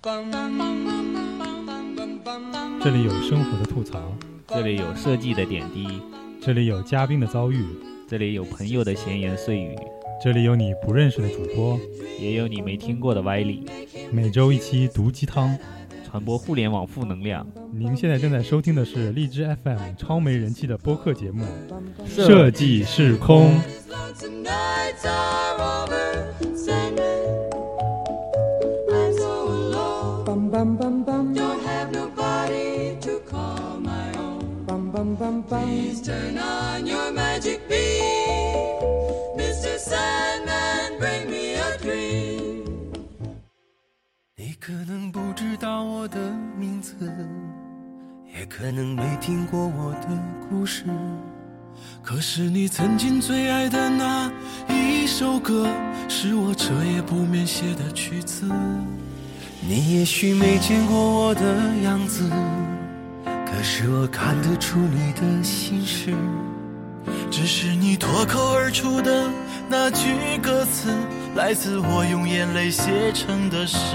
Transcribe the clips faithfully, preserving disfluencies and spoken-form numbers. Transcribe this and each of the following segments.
这里有生活的吐槽， 这里有设计的点滴， 这里有嘉宾的遭遇， 这里有朋友的闲言碎语， 这里有你不认识的主播， 也有你没听过的歪理。 每周一期毒鸡汤， 传播互联网负能量。 您现在正在收听的是荔枝 F M 超没人气的播客节目《设计是空》。 Please turn on your magic beam, Mister Sandman, bring me a dream. 你可能不知道我的名字，也可能没听过我的故事，可是你曾经最爱的那一首歌，是我彻夜不眠写的曲子。你也许没见过我的样子，可是我看得出你的心事，只是你脱口而出的那句歌词，来自我用眼泪写成的诗。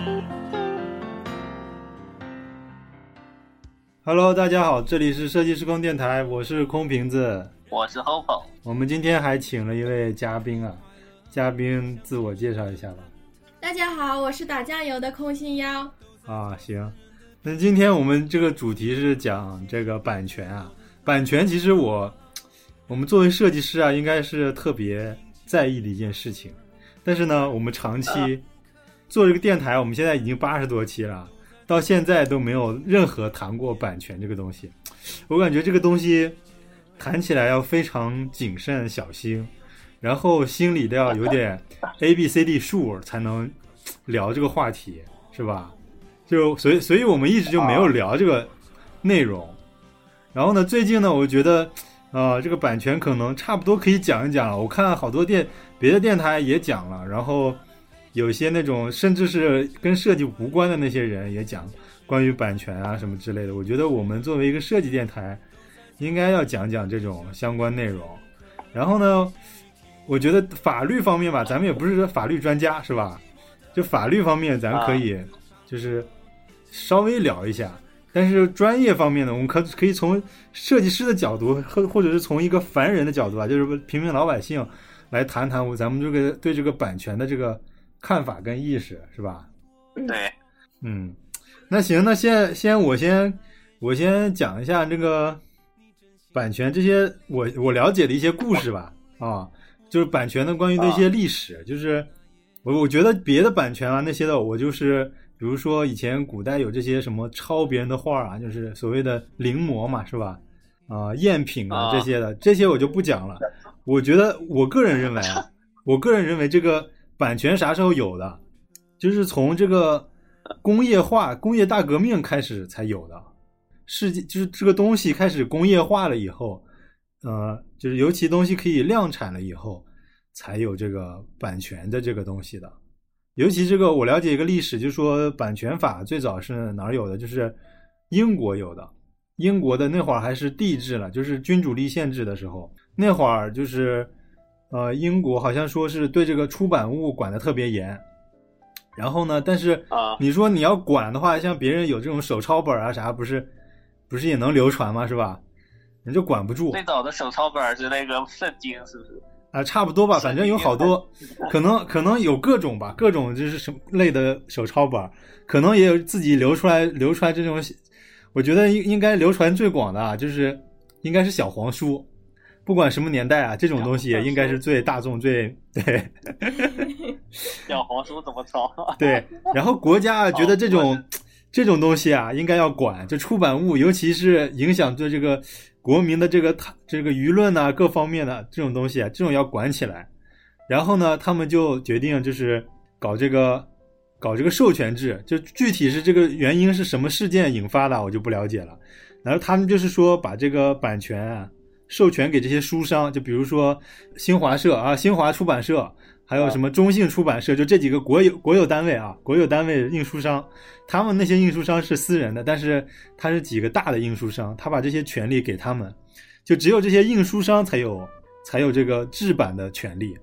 Hello， 大家好，这里是设计师空电台，我是空瓶子， 我是 Hopo。 我们今天还请了一位嘉宾啊，嘉宾自我介绍一下吧。 大家好，我是打酱油的空心腰。 啊，行。那今天我们这个主题是讲这个版权啊，版权其实我我们作为设计师啊，应该是特别在意的一件事情。但是呢，我们长期做这个电台，我们现在已经八十多期了，到现在都没有任何谈过版权这个东西。我感觉这个东西谈起来要非常谨慎小心，然后心里都要有点 A B C D 数才能聊这个话题，是吧？就所以，所以我们一直就没有聊这个内容。然后呢，最近呢，我觉得，呃，这个版权可能差不多可以讲一讲了。我看好多电别的电台也讲了，然后有些那种甚至是跟设计无关的那些人也讲关于版权啊什么之类的。我觉得我们作为一个设计电台，应该要讲讲这种相关内容。然后呢，我觉得法律方面吧，咱们也不是法律专家，是吧？就法律方面，咱可以就是稍微聊一下，但是专业方面呢，我们可可以从设计师的角度，或或者是从一个凡人的角度啊，就是平民老百姓来谈谈咱们这个对这个版权的这个看法跟意识，是吧？ 对， 嗯，那行，那先先我先我先讲一下这个版权这些我我了解的一些故事吧，啊，就是版权的关于的一些历史，啊、就是我我觉得别的版权啊那些的，我就是。比如说以前古代有这些什么抄别人的画啊，就是所谓的临摹嘛，是吧？啊、呃，赝品啊这些的，这些我就不讲了。我觉得我个人认为啊，我个人认为这个版权啥时候有的，就是从这个工业化、工业大革命开始才有的。世界就是这个东西开始工业化了以后，呃，就是尤其东西可以量产了以后，才有这个版权的这个东西的。尤其这个我了解一个历史，就是说版权法最早是哪儿有的，就是英国有的。英国的那会儿还是帝制了，就是君主立宪制的时候，那会儿就是呃英国好像说是对这个出版物管得特别严。然后呢，但是你说你要管的话，像别人有这种手抄本啊啥，不是不是也能流传吗？是吧？人就管不住。 最早的手抄本是那个圣经，是不是？ 啊，差不多吧，反正有好多，可能可能有各种吧，各种就是什么类的手抄本，可能也有自己流出来流出来这种，我觉得应应该流传最广的啊，就是应该是小黄书，不管什么年代啊，这种东西也应该是最大众最对。 小黄书怎么抄？ 对，然后国家啊觉得这种、哦、这种东西啊应该要管，就出版物，尤其是影响对这个。国民的这个这个舆论啊，各方面的这种东西啊，这种要管起来。然后呢，他们就决定就是搞这个搞这个授权制，就具体是这个原因是什么事件引发的，我就不了解了。然后他们就是说把这个版权啊授权给这些书商，就比如说新华社啊、新华出版社，还有什么中信出版社，就这几个国有国有单位啊，国有单位印书商。他们那些印书商是私人的，但是他是几个大的印书商，他把这些权利给他们，就只有这些印书商才有才有这个制版的权利。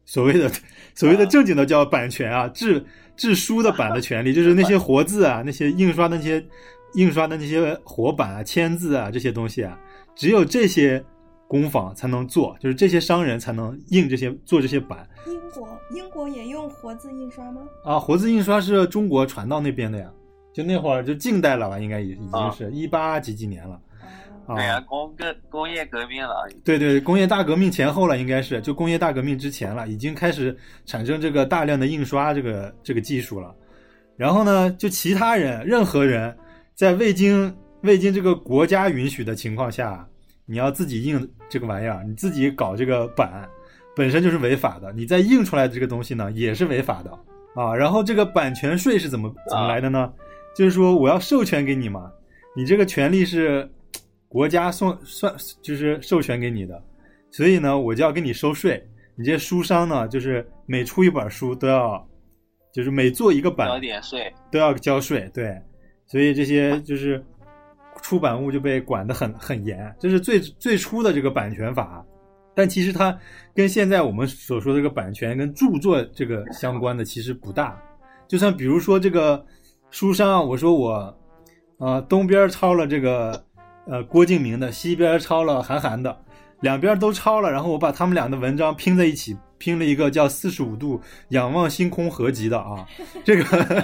所谓的所谓的正经的叫版权啊，制制书的版的权利，就是那些活字啊，那些印刷的那些印刷的那些活版啊、签字啊这些东西啊，只有这些工坊才能做，就是这些商人才能印这些做这些版。 英国英国也用活字印刷吗？ 啊，活字印刷是中国传到那边的呀，就那会儿就近代了吧，应该已已经是一八几几年了。啊， 对呀、啊，工革工业革命了。 对对，工业大革命前后了，应该是就工业大革命之前了，已经开始产生这个大量的印刷这个这个技术了。然后呢，就其他人任何人在未经未经这个国家允许的情况下，你要自己印这个玩意儿，你自己搞这个版，本身就是违法的。你再印出来的这个东西呢，也是违法的啊。然后这个版权税是怎么怎么来的呢？啊、就是说我要授权给你嘛，你这个权利是国家送算就是授权给你的，所以呢，我就要给你收税。你这些书商呢，就是每出一本书都要，就是每做一个版交点税， 都要交税。对，所以这些就是出版物就被管得很很严，这是最最初的这个版权法。但其实它跟现在我们所说的这个版权跟著作这个相关的其实不大。就像比如说这个书商，我说我呃东边抄了这个呃郭敬明的，西边抄了韩寒的，两边都抄了，然后我把他们俩的文章拼在一起，拼了一个叫四十五度仰望星空合集的啊，这个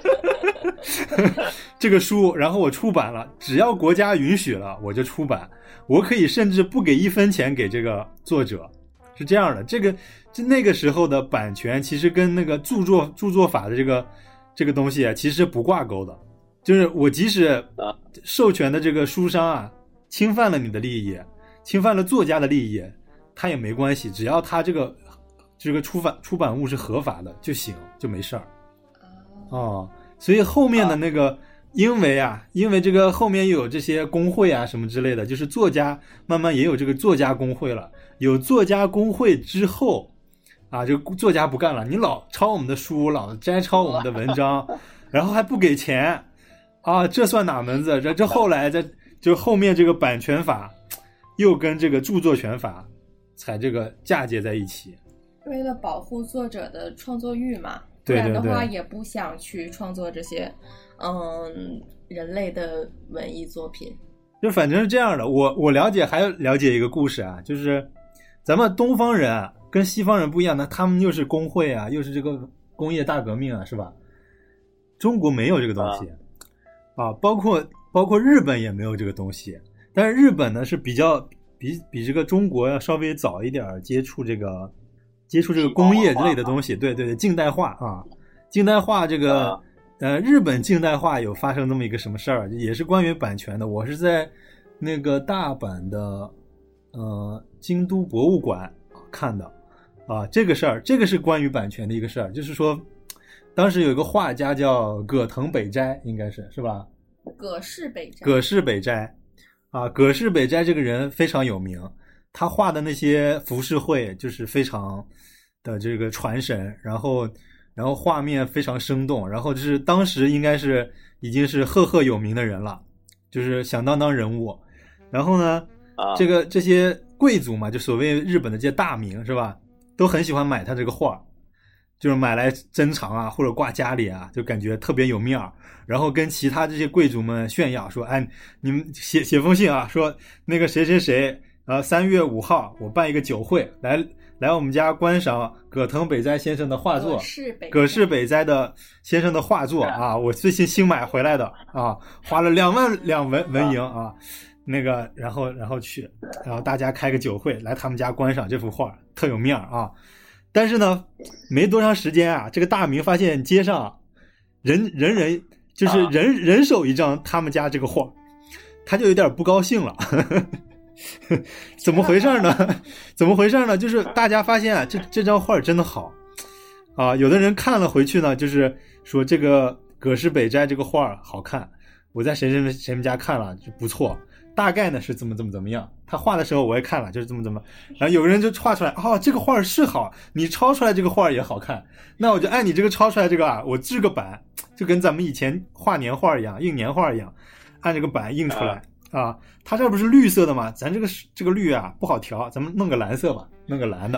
这个书，然后我出版了，只要国家允许了我就出版，我可以甚至不给一分钱给这个作者，是这样的。这个就那个时候的版权其实跟那个著作著作法的这个这个东西啊其实不挂钩的，就是我即使授权的这个书商啊侵犯了你的利益，侵犯了作家的利益，他也没关系，只要他这个这个出版出版物是合法的就行，就没事儿。哦，所以后面的那个，因为啊，因为这个后面又有这些工会啊什么之类的，就是作家慢慢也有这个作家工会了。有作家工会之后，啊，这个作家不干了，你老抄我们的书，老摘抄我们的文章，然后还不给钱，啊，这算哪门子？这这后来在就后面这个版权法又跟这个著作权法才这个嫁接在一起。 为了保护作者的创作欲嘛， 对对对， 不然的话也不想去创作这些嗯人类的文艺作品。 就反正是这样的，我我了解还了解一个故事啊，就是咱们东方人啊跟西方人不一样，那他们又是工会啊，又是这个工业大革命啊，是吧？中国没有这个东西啊，啊包括包括日本也没有这个东西。但是日本呢是比较比比这个中国要稍微早一点接触这个接触这个工业之类的东西，对对对，近代化啊，近代化这个呃，日本近代化有发生这么一个什么事儿，也是关于版权的。我是在那个大阪的呃京都博物馆看的啊，这个事儿，这个是关于版权的一个事儿，就是说当时有一个画家叫葛藤北斋，应该是是吧？ 葛饰北斋， 葛饰北斋啊，葛饰北斋这个人非常有名，他画的那些浮世绘就是非常的这个传神，然后然后画面非常生动，然后就是当时应该是已经是赫赫有名的人了，就是响当当人物。然后呢，啊、这个这些贵族嘛，就所谓日本的这些大名是吧，都很喜欢买他这个画，就是买来珍藏啊，或者挂家里啊，就感觉特别有面儿。然后跟其他这些贵族们炫耀说：“哎，你们写写封信啊，说那个谁谁谁，呃，三月五号我办一个酒会，来来我们家观赏葛藤北斋先生的画作，葛饰北斋的先生的画作啊，我最近新买回来的啊，花了两万两文文银啊，那个然后然后去，然后大家开个酒会来他们家观赏这幅画，特有面儿啊。但是呢，没多长时间啊，这个大明发现街上人人人。”就是人人手一张他们家这个画，他就有点不高兴了。怎么回事呢？怎么回事呢？就是大家发现啊，这这张画真的好啊！有的人看了回去呢，就是说这个葛饰北斋这个画好看，我在谁谁谁们家看了就不错，大概呢是怎么怎么怎么样。他画的时候我也看了，就是这么怎么。然后有个人就画出来，哦，这个画是好，你抄出来这个画也好看，那我就按你这个抄出来这个啊，我制个版。就跟咱们以前画年画一样，印年画一样，按这个版印出来啊。它这不是绿色的吗？咱这个这个绿啊不好调，咱们弄个蓝色吧，弄个蓝的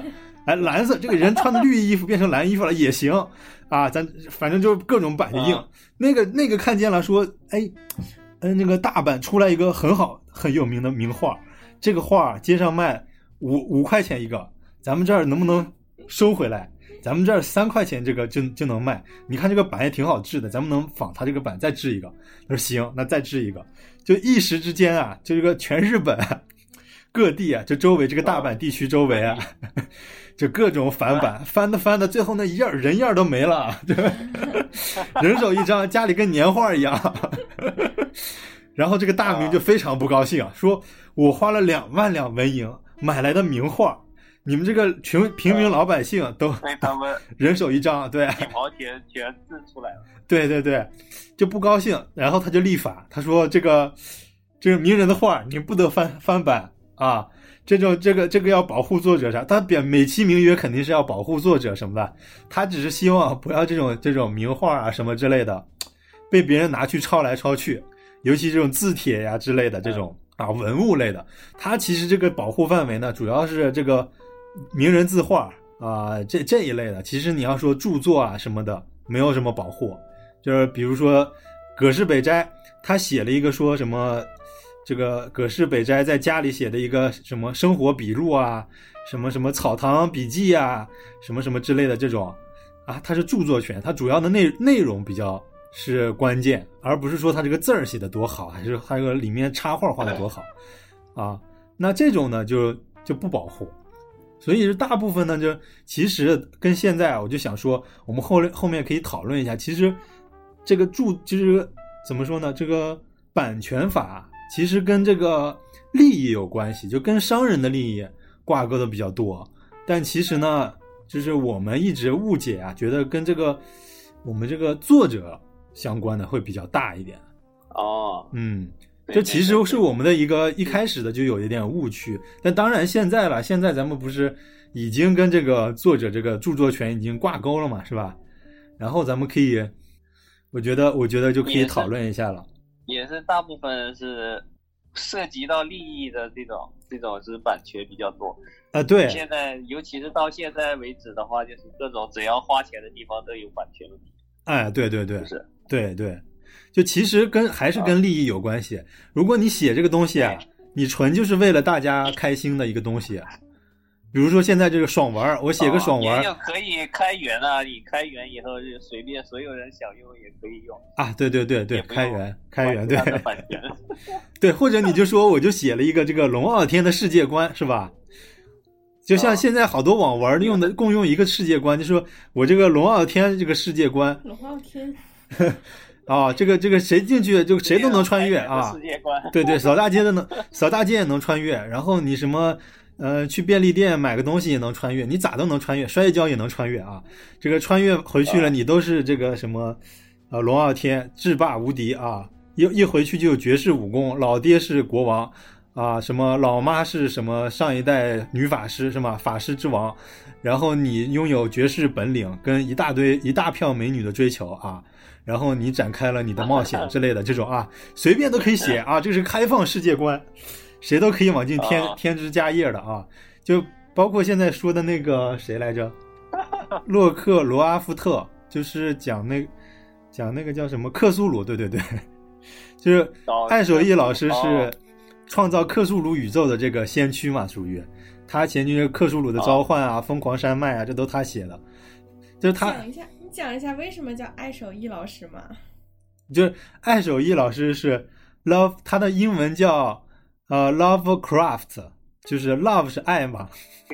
哎，蓝色这个人穿的绿衣服变成蓝衣服了也行啊，咱反正就各种版就硬。啊、那个那个看见了说，哎，嗯，那个大阪出来一个很好很有名的名画，这个画街上卖五五块钱一个，咱们这儿能不能收回来？咱们这儿三块钱这个就就能卖。你看这个版也挺好制的，咱们能仿他这个版再制一个。他说行，那再制一个。就一时之间啊，就这个全日本各地啊，就周围这个大阪地区周围啊，就各种反版，翻的翻的，最后那一样人样都没了，人手一张，家里跟年画一样。然后这个大明就非常不高兴，说我花了两万两纹银买来的名画，你们这个群平民老百姓都他们人手一张，对， 一毛钱全制出来了， 对对对，就不高兴，然后他就立法，他说这个这个名人的画你不得翻翻版啊，这种这个这个要保护作者啥，他表美其名曰肯定是要保护作者什么的，他只是希望不要这种这种名画啊什么之类的被别人拿去抄来抄去，尤其这种字帖呀、啊、之类的这种啊文物类的，它其实这个保护范围呢，主要是这个名人字画啊这这一类的。其实你要说著作啊什么的，没有什么保护。就是比如说葛饰北斋，他写了一个说什么，这个葛饰北斋在家里写的一个什么生活笔录啊，什么什么草堂笔记啊，什么什么之类的这种啊，它是著作权，它主要的内内容比较是关键，而不是说他这个字儿写的多好，还是他这个里面插画画的多好啊。那这种呢就就不保护，所以是大部分呢就其实跟现在我就想说，我们后后面可以讨论一下，其实这个著就是怎么说呢，这个版权法其实跟这个利益有关系，就跟商人的利益挂钩的比较多，但其实呢就是我们一直误解啊，觉得跟这个我们这个作者相关的会比较大一点。 哦， 嗯，这其实是我们的一个一开始的就有一点误区，但当然现在了，现在咱们不是已经跟这个作者这个著作权已经挂钩了嘛，是吧？然后咱们可以，我觉得我觉得就可以讨论一下了。 也是大部分是涉及到利益的这种这种是版权比较多啊，对。 现在尤其是到现在为止的话，就是各种只要花钱的地方都有版权问题。 哎，对对对， 是， 对对，就其实跟还是跟利益有关系。啊、如果你写这个东西啊，你纯就是为了大家开心的一个东西，比如说现在这个爽玩，我写个爽玩， 也有可以开源啊，你开源以后就随便所有人想用也可以用啊。对对对对，开源开源对， 版权对，或者你就说我就写了一个这个龙傲天的世界观，是吧？就像现在好多网玩用的共用一个世界观，就说我这个龙傲天这个世界观， 龙傲天啊，这个这个谁进去就谁都能穿越啊， 世界观， 对对，扫大街的能扫大街也能穿越，然后你什么呃去便利店买个东西也能穿越，你咋都能穿越，摔跤也能穿越啊，这个穿越回去了你都是这个什么呃龙傲天制霸无敌啊，一一回去就有绝世武功，老爹是国王。啊，什么老妈是什么上一代女法师是吗？法师之王，然后你拥有绝世本领，跟一大堆一大票美女的追求啊，然后你展开了你的冒险之类的这种啊，随便都可以写啊，这是开放世界观，谁都可以往进添添枝加叶的啊，就包括现在说的那个谁来着，洛克罗阿夫特，就是讲那讲那个叫什么克苏鲁，对对对，就是艾守义老师是。创造克苏鲁宇宙的这个先驱嘛，属于他前期克苏鲁的召唤啊、疯狂山脉啊，这都他写的。就是他讲一下，你讲一下为什么叫艾守义老师嘛？ 就是艾守义老师是 love， 他的英文叫呃 Lovecraft， 就是 love 是爱嘛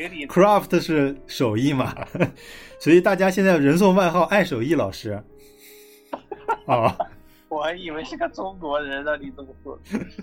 ，craft 是手艺嘛，所以大家现在人送外号艾守义老师。哦。 我还以为是个中国人呢，你这么说。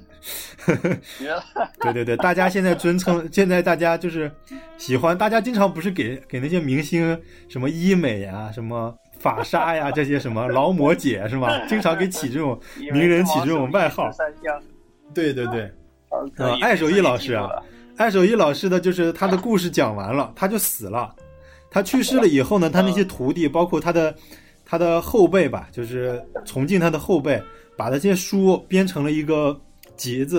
对对对，大家现在尊称，现在大家就是喜欢，大家经常不是给给那些明星什么医美呀、什么法莎呀这些什么劳模姐是吗？经常给起这种名人起这种外号。对对对，呃，艾守义老师啊，艾守义老师的就是他的故事讲完了，他就死了。他去世了以后呢，他那些徒弟，包括他的。他的后辈吧，就是崇敬他的后辈，把他这些书编成了一个集子，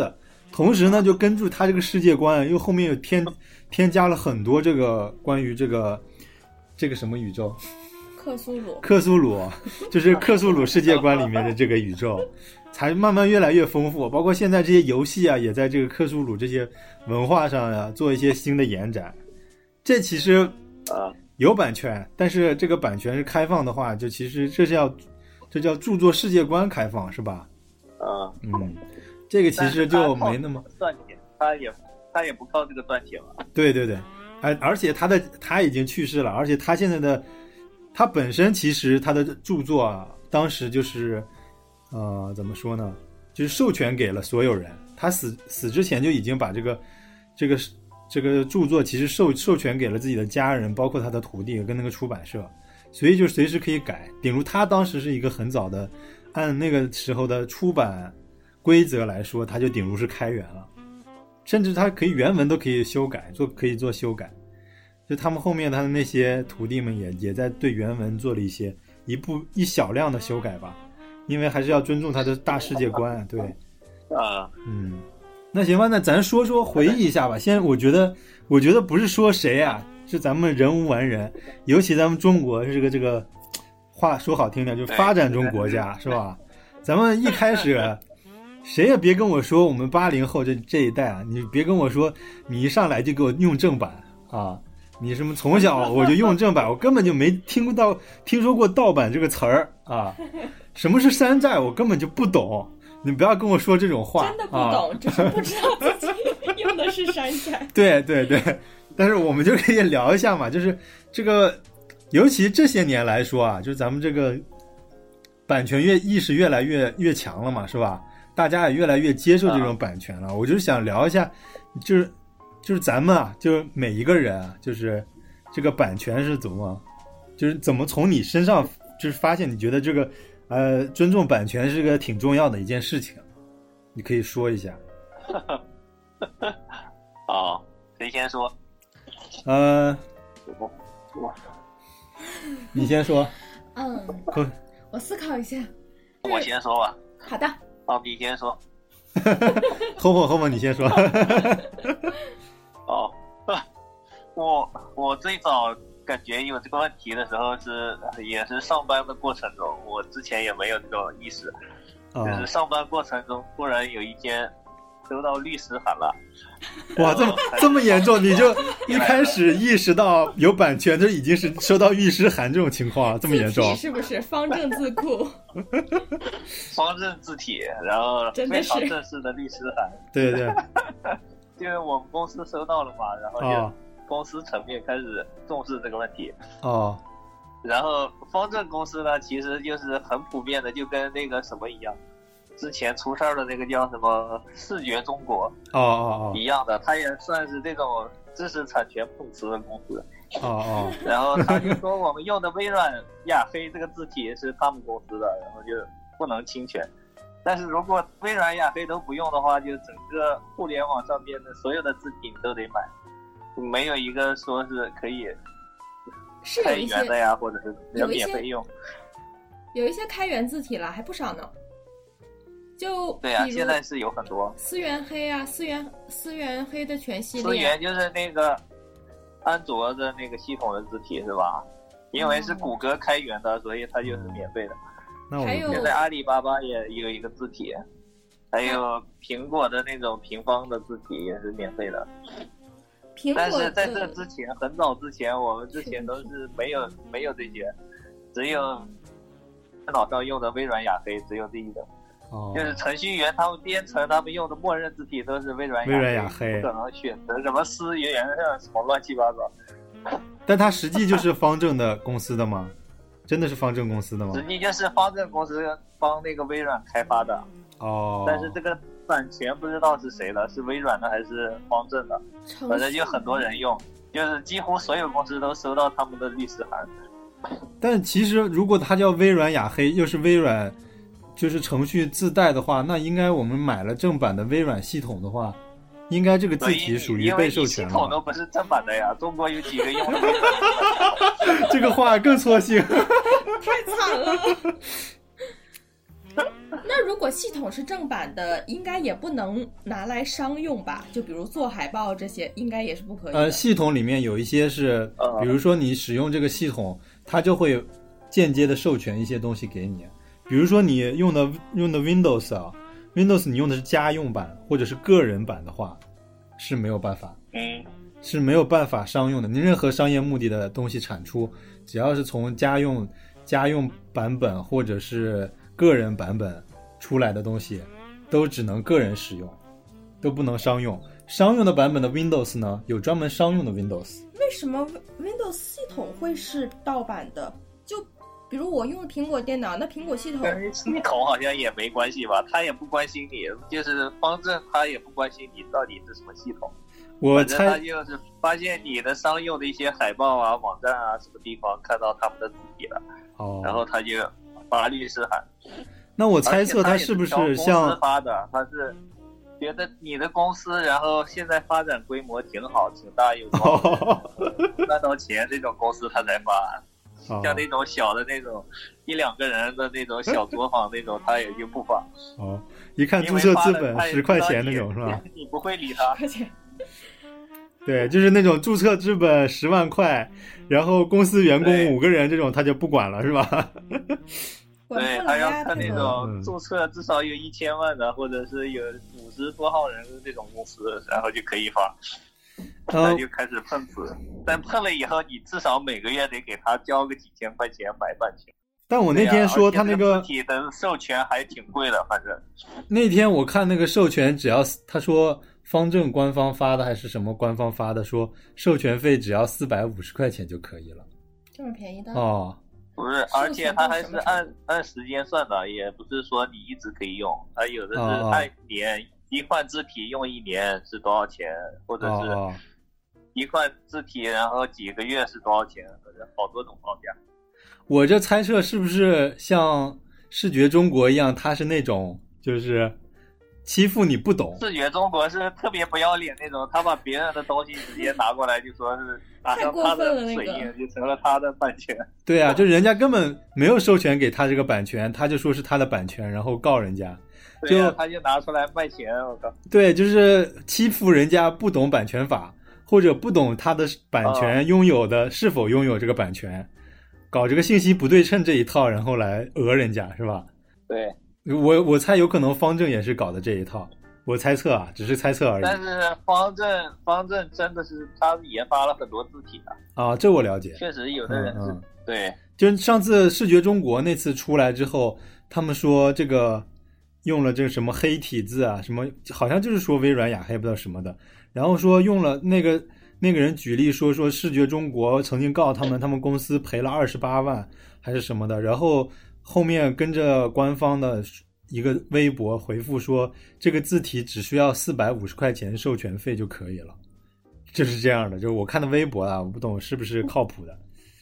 同时呢，就根据他这个世界观，又后面又添添加了很多这个关于这个这个什么宇宙， 克苏鲁， 克苏鲁，就是克苏鲁世界观里面的这个宇宙，才慢慢越来越丰富。包括现在这些游戏啊，也在这个克苏鲁这些文化上啊做一些新的延展。这其实啊有版权，但是这个版权是开放的话，就其实这是要这叫著作世界观开放，是吧？ 啊， 嗯，这个其实就没那么赚钱，他也他也不靠这个赚钱了。 对对对，而而且他的他已经去世了，而且他现在的他本身其实他的著作啊，当时就是呃怎么说呢，就是授权给了所有人，他死死之前就已经把这个这个这个著作其实授授权给了自己的家人，包括他的徒弟跟那个出版社，所以就随时可以改。顶如他当时是一个很早的，按那个时候的出版规则来说，他就顶如是开源了，甚至他可以原文都可以修改，做可以做修改。就他们后面他的那些徒弟们也也在对原文做了一些一部一小量的修改吧，因为还是要尊重他的大世界观。对， 啊， 嗯。那行吧，那咱说说回忆一下吧。先，我觉得，我觉得不是说谁啊，是咱们人无完人，尤其咱们中国是个这个话说好听点，就是发展中国家，是吧？咱们一开始，谁也别跟我说我们八零后这这一代啊，你别跟我说你一上来就给我用正版啊，你什么从小我就用正版，我根本就没听到听说过盗版这个词儿啊。什么是山寨，我根本就不懂。你不要跟我说这种话， 真的不懂， 啊、 只是不知道自己用的是山寨。 对对对，但是我们就可以聊一下嘛，就是这个，尤其这些年来说啊，就是咱们这个版权越意识越来越越强了嘛，是吧？大家也越来越接受这种版权了。啊、我就是想聊一下，就是就是咱们啊，就是每一个人啊，就是这个版权是怎么，就是怎么从你身上就是发现你觉得这个。呃，尊重版权是个挺重要的一件事情，你可以说一下。 好，谁先说？ 呃， 我我你先说。 嗯，我思考一下。 我先说吧。 好的。 好，你先说。 后后后后，你先说。 哦，我我最早感觉有这个问题的时候是也是上班的过程中，我之前也没有这种意识， 哦、 就是上班过程中突然有一天收到律师函了。 哇，这么这么严重，你就一开始意识到有版权，就已经是收到律师函这种情况了，这么严重？ 是不是方正字库？ 方正字体，然后非常正式的律师函。 对对， 就是我们公司收到了嘛，然后就。哦公司层面开始重视这个问题哦， 然后方正公司呢，其实就是很普遍的，就跟那个什么一样，之前出事儿的那个叫什么视觉中国哦哦哦一样的，它也算是这种知识产权碰瓷的公司哦哦， 然后他就说我们用的微软亚飞这个字体是他们公司的，然后就不能侵权。但是如果微软亚飞都不用的话，就整个互联网上面的所有的字体你都得买。没有一个说是可以开源的呀，或者是要免费用。 有一些开源字体了，还不少呢。就对呀、啊，现在是有很多思源黑啊，思源思源黑的全系列。 思源就是那个安卓的那个系统的字体是吧？因为是谷歌开源的，所以它就是免费的。 那我还有现在阿里巴巴也有一个字体，还有苹果的那种平方的字体也是免费的。但是在这之前，很早之前，我们之前都是没有没有这些，只有电脑上用的微软雅飞，只有这一个。 哦， 就是程序员他们编程，他们用的默认字体都是微软微软雅黑， 不可能选择什么思源啊什么乱七八糟。 但它实际就是方正的公司的吗？真的是方正公司的吗？ 实际就是方正公司帮那个微软开发的。 哦。 但是这个版权不知道是谁的，是微软的还是方正的？反正就很多人用，就是几乎所有公司都收到他们的律师函。 但其实如果它叫微软雅黑，又是微软就是程序自带的话，那应该我们买了正版的微软系统的话，应该这个字体属于被授权了。 系统都不是正版的呀，中国有几个用的微软这个话更错性。 太惨了。那如如果系统是正版的，应该也不能拿来商用吧？就比如做海报这些，应该也是不可以的。 呃，系统里面有一些是，比如说你使用这个系统，它就会间接的授权一些东西给你。比如说你用的用的 Windows 啊 ，Windows 你用的是家用版或者是个人版的话，是没有办法， 嗯， 是没有办法商用的。你任何商业目的的东西产出，只要是从家用家用版本或者是个人版本出来的东西，都只能个人使用，都不能商用。商用的版本的 Windows 呢，有专门商用的 Windows。 为什么 Windows 系统会是盗版的？就比如我用的苹果电脑，那苹果系统跟系统好像也没关系吧？他也不关心你，就是方正他也不关心你到底是什么系统。 我猜他就是发现你的商用的一些海报啊、网站啊什么地方看到他们的字体了， 哦， 然后他就发律师函。 那我猜测他是不是像公司发的？他是觉得你的公司，然后现在发展规模挺好，挺大，有赚到钱，这种公司他才发。 哦、 像那种小的那种一两个人的那种小作坊那种，他也就不发。 哦，一看注册资本十块钱那种是吧？ 你不会理他。 块钱。 对，就是那种注册资本十万块，然后公司员工五个人这种，他就不管了，是吧？ 对，他要看那种注册至少有一千万的，或者是有五十多号人的这种公司，然后就可以发。他就开始碰瓷，但碰了以后，你至少每个月得给他交个几千块钱买版权。 但我那天说他那个字体的授权还挺贵的，反正那天我看那个授权，只要他说方正官方发的还是什么官方发的，说授权费只要四百五十块钱就可以了， 这么便宜的哦。 不是，而且它还是按按时间算的，也不是说你一直可以用，它有的是按年。哦一款字体用一年是多少钱，或者是一款字体然后几个月是多少钱，好多种报价。 我这猜测是不是像视觉中国一样，它是那种就是欺负你不懂。 视觉中国是特别不要脸那种，他把别人的东西直接拿过来就说是拿上他的水印就成了他的版权。 对啊，就人家根本没有授权给他这个版权，他就说是他的版权，然后告人家。 对啊，他就拿出来卖钱，我靠！ 对，就是欺负人家不懂版权法，或者不懂他的版权拥有的、哦、是否拥有这个版权，搞这个信息不对称这一套，然后来讹人家，是吧？ 对， 我我猜有可能方正也是搞的这一套，我猜测啊，只是猜测而已。 但是方正方正真的是他研发了很多字体的啊，这我了解。 确实有的人是、嗯嗯、对， 就上次视觉中国那次出来之后，他们说这个。用了这个什么黑体字啊，什么好像就是说微软雅黑不知道什么的，然后说用了那个那个人举例说说视觉中国曾经告他们，他们公司赔了二十八万还是什么的，然后后面跟着官方的一个微博回复说这个字体只需要四百五十块钱授权费就可以了，就是这样的。就是我看的微博啊，我不懂是不是靠谱的。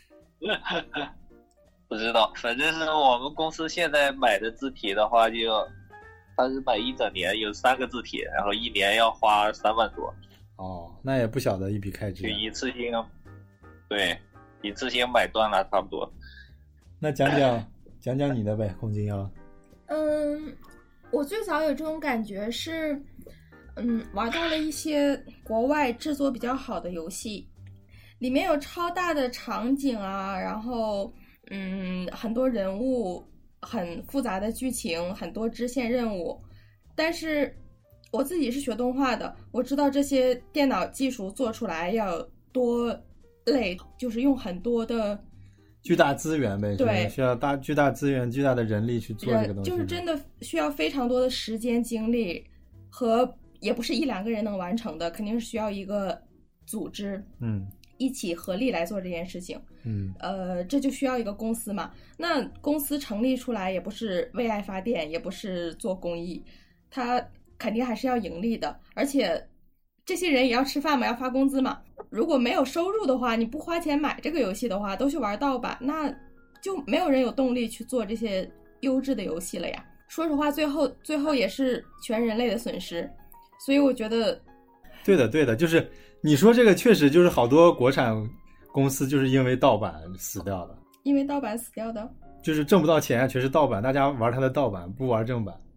不知道，反正是我们公司现在买的字体的话就。他是买一整年，有三个字体，然后一年要花三万多。 哦，那也不小的一笔开支、啊。 就一次性，对，一次性买断了，差不多。 那讲讲讲讲你的呗，空金腰。 嗯，我最早有这种感觉是，嗯，玩到了一些国外制作比较好的游戏，里面有超大的场景啊，然后嗯，很多人物。很复杂的剧情，很多支线任务，但是我自己是学动画的，我知道这些电脑技术做出来要多累，就是用很多的巨大资源呗， 对， 需要大巨大资源、巨大的人力去做这个东西， 就是真的需要非常多的时间、精力，和也不是一两个人能完成的，肯定是需要一个组织， 嗯。 一起合力来做这件事情， 嗯， 呃，这就需要一个公司嘛。那公司成立出来也不是为爱发电，也不是做公益，它肯定还是要盈利的。而且这些人也要吃饭嘛，要发工资嘛。如果没有收入的话，你不花钱买这个游戏的话，都去玩盗版，那就没有人有动力去做这些优质的游戏了呀。说实话，最后最后也是全人类的损失。所以我觉得， 对的，对的，就是。你说这个确实就是好多国产公司就是因为盗版死掉的， 因为盗版死掉的， 就是挣不到钱，全是盗版，大家玩它的盗版，不玩正版。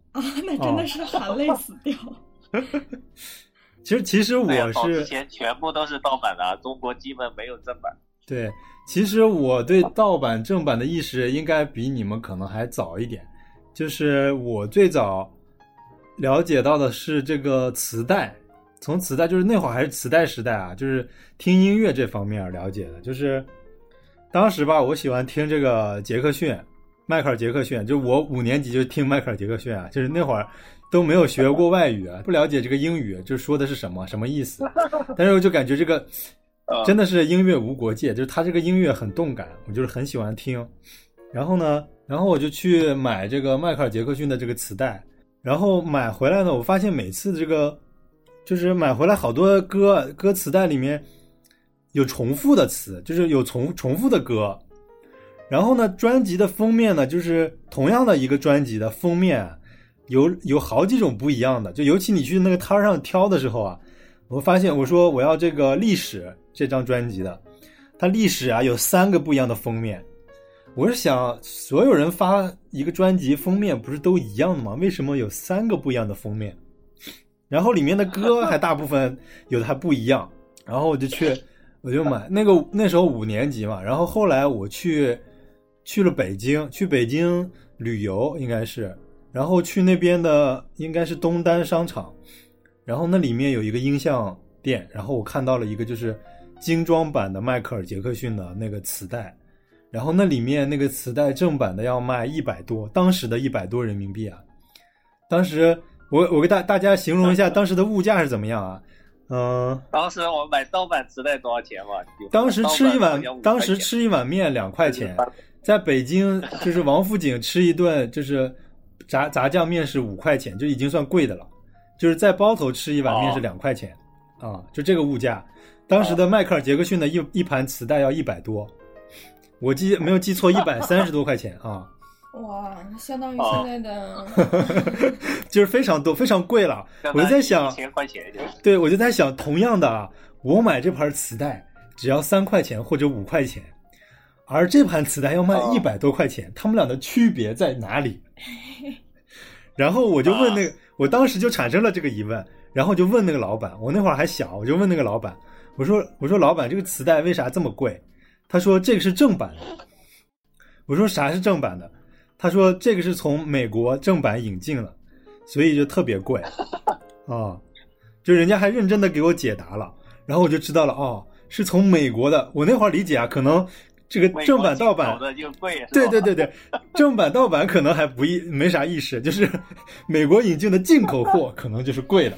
啊，那真的是含泪死掉。 其实其实我对啊早之是前全部都是盗版的，中国基本没有正版。 对，其实我对盗版正版的意识应该比你们可能还早一点。就是我最早了解到的是这个磁带，从磁带就是那会儿还是磁带时代啊，就是听音乐这方面了解的。就是当时吧，我喜欢听这个杰克逊，迈克尔杰克逊，就我五年级就听迈克尔杰克逊啊，就是那会儿都没有学过外语啊，不了解这个英语，就说的是什么什么意思。但是我就感觉这个真的是音乐无国界，就是他这个音乐很动感，我就是很喜欢听。然后呢，然后我就去买这个迈克尔杰克逊的这个磁带，然后买回来呢，我发现每次这个就是买回来好多歌歌磁带里面有重复的词，就是有重重复的歌。然后呢，专辑的封面呢，就是同样的一个专辑的封面有有好几种不一样的，就尤其你去那个摊上挑的时候啊，我发现我说我要这个历史这张专辑的，它历史啊有三个不一样的封面。我是想所有人发一个专辑封面不是都一样的吗？为什么有三个不一样的封面？然后里面的歌还大部分有的还不一样。然后我就去我就买那个，那时候五年级嘛。然后后来我去去了北京，去北京旅游应该是，然后去那边的应该是东单商场，然后那里面有一个音像店，然后我看到了一个就是精装版的迈克尔杰克逊的那个磁带，然后那里面那个磁带正版的要卖一百多，当时的一百多人民币啊。当时我我给大大家形容一下当时的物价是怎么样啊？嗯、呃， 当时我买盗版磁带多少钱嘛？ 当时吃一碗，当时吃吃一碗面两块钱，在北京就是王府井吃一顿就是炸炸酱面是五块钱，就已经算贵的了。就是在包头吃一碗面是两块钱、哦、啊，就这个物价。当时的迈克尔杰克逊的一一盘磁带要一百多。我记没有记错，一百三十多块钱啊！ 哇，相当于现在的， 哦、就是非常多，非常贵了。我就在想， 一千块钱就对，我就在想，同样的啊，我买这盘磁带只要三块钱或者五块钱，而这盘磁带要卖一百多块钱，他、哦、们俩的区别在哪里？然后我就问那个、啊，我当时就产生了这个疑问，然后就问那个老板，我那会儿还小，我就问那个老板，我说，我说老板，这个磁带为啥这么贵？他说这个是正版的。我说啥是正版的？他说这个是从美国正版引进了，所以就特别贵啊。就人家还认真的给我解答了，然后我就知道了哦，是从美国的。我那会儿理解啊，可能这个正版盗版的就贵， 对对对对，正版盗版可能还不意没啥意识，就是美国引进的进口货可能就是贵的。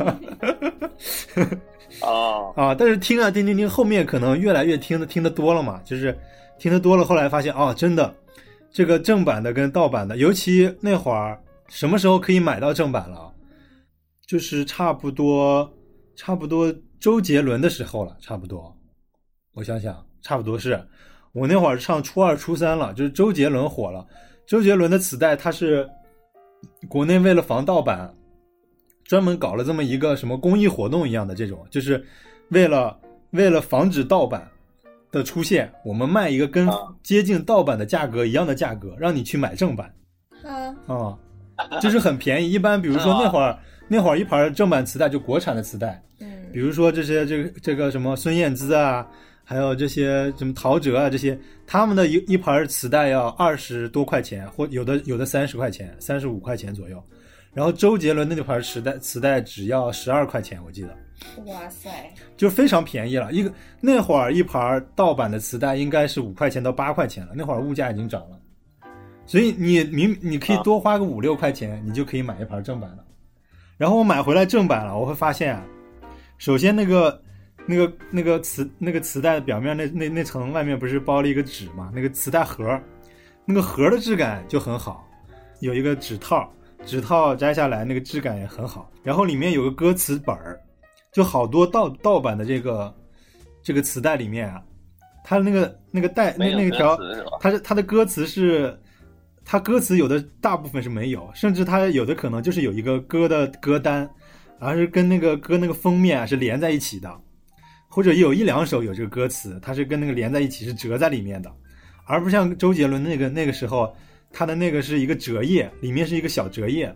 哦啊，但是听啊听听听，后面可能越来越听的听得多了嘛，就是听得多了，后来发现哦，真的，这个正版的跟盗版的，尤其那会儿什么时候可以买到正版了？就是差不多差不多周杰伦的时候了，差不多。我想想，差不多是我那会儿上初二初三了，就是周杰伦火了。周杰伦的磁带，它是国内为了防盗版，专门搞了这么一个什么公益活动一样的这种，就是为了为了防止盗版的出现，我们卖一个跟接近盗版的价格一样的价格，让你去买正版。 啊、 嗯，就是很便宜。一般比如说那会儿、那会儿一盘正版磁带就国产的磁带， 嗯， 比如说这些这个这个什么孙燕姿啊，还有这些什么陶喆啊，这些他们的一一盘磁带要二十多块钱，或有的有的三十块钱，三十五块钱左右。然后周杰伦那盘磁带磁带只要十二块钱，我记得。 哇塞， 就非常便宜了。一个那会儿一盘盗版的磁带应该是五块钱到八块钱了，那会儿物价已经涨了，所以你你你可以多花个五六块钱，你就可以买一盘正版了。然后我买回来正版了，我会发现啊，首先那个那个那个磁那个磁带表面那那那层外面不是包了一个纸嘛，那个磁带盒，那个盒的质感就很好，有一个纸套。纸套摘下来那个质感也很好，然后里面有个歌词本儿，就好多盗盗版的这个这个磁带里面啊，它那个那个带那那个条，它是它的歌词是，它歌词有的大部分是没有，甚至它有的可能就是有一个歌的歌单，而是跟那个歌那个封面啊是连在一起的，或者有一两首有这个歌词，它是跟那个连在一起是折在里面的，而不像周杰伦那个那个时候。它的那个是一个折页，里面是一个小折页，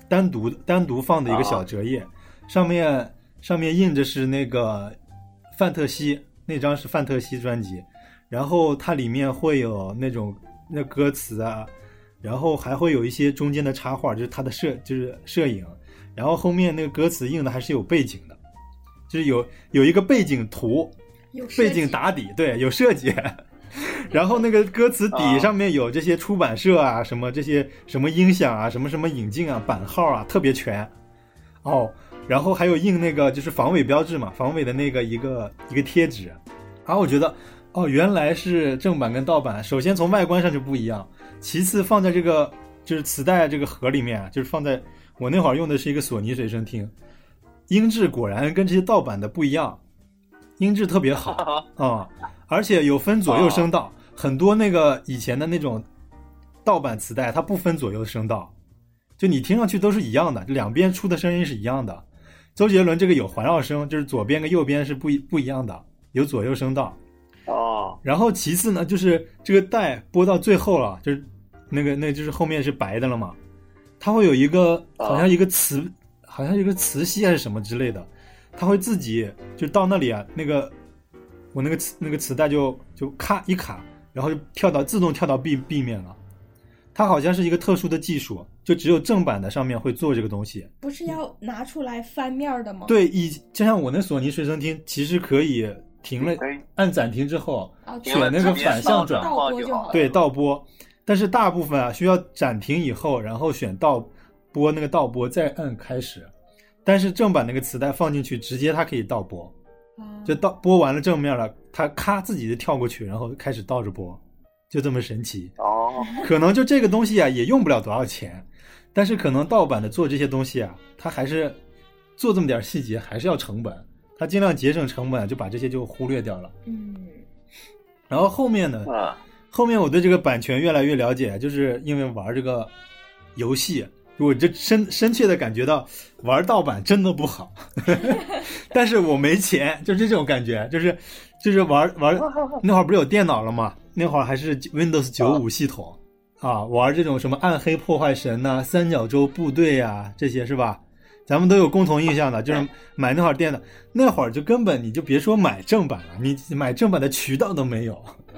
单独单独放的一个小折页，上面上面印着是那个范特西，那张是范特西专辑，然后它里面会有那种那歌词啊，然后还会有一些中间的插画，就是它的摄就是摄影，然后后面那个歌词印的还是有背景的，就是有有一个背景图，背景打底，对，有设计。然后那个歌词底上面有这些出版社啊，什么这些什么音响啊，什么什么引进啊，版号啊，特别全。哦，然后还有印那个就是防伪标志嘛，防伪的那个一个一个贴纸。然后我觉得，哦，原来是正版跟盗版，首先从外观上就不一样，其次放在这个就是磁带这个盒里面啊，就是放在我那会儿用的是一个索尼随身听，音质果然跟这些盗版的不一样，音质特别好啊、嗯，而且有分左右声道。很多那个以前的那种盗版磁带它不分左右声道，就你听上去都是一样的，两边出的声音是一样的。周杰伦这个有环绕声，就是左边跟右边是不一不一样的，有左右声道。 哦。 然后其次呢，就是这个带播到最后了，就是那个那就是后面是白的了嘛，它会有一个好像一个磁、哦、好像一个磁吸还是什么之类的，它会自己就到那里啊，那个我那个磁那个磁带就就咔一卡，然后就跳到自动跳到 B B 面了。它好像是一个特殊的技术，就只有正版的上面会做这个东西。 不是要拿出来翻面的吗？ 对，以就像我那索尼随身听，其实可以停了，按暂停之后、哦、选那个反向转， 倒播就好。 对，倒播。但是大部分啊需要暂停以后，然后选倒播那个倒播，再按开始。但是正版那个磁带放进去，直接它可以倒播。就到播完了正面了，它咔自己就跳过去，然后开始倒着播，就这么神奇哦。 可能就这个东西啊，也用不了多少钱，但是可能盗版的做这些东西啊，它还是做这么点细节，还是要成本，它尽量节省成本，就把这些就忽略掉了。 嗯。 然后后面呢， 啊、 后面我对这个版权越来越了解，就是因为玩这个游戏。我这深深切的感觉到玩盗版真的不好但是我没钱，就这种感觉，就是就是玩玩那会儿不是有电脑了吗？那会儿还是 Windows 九十五系统啊，玩这种什么暗黑破坏神呐、啊、三角洲部队啊，这些是吧？咱们都有共同印象的，就是买那会儿电脑，那会儿就根本你就别说买正版了，你买正版的渠道都没有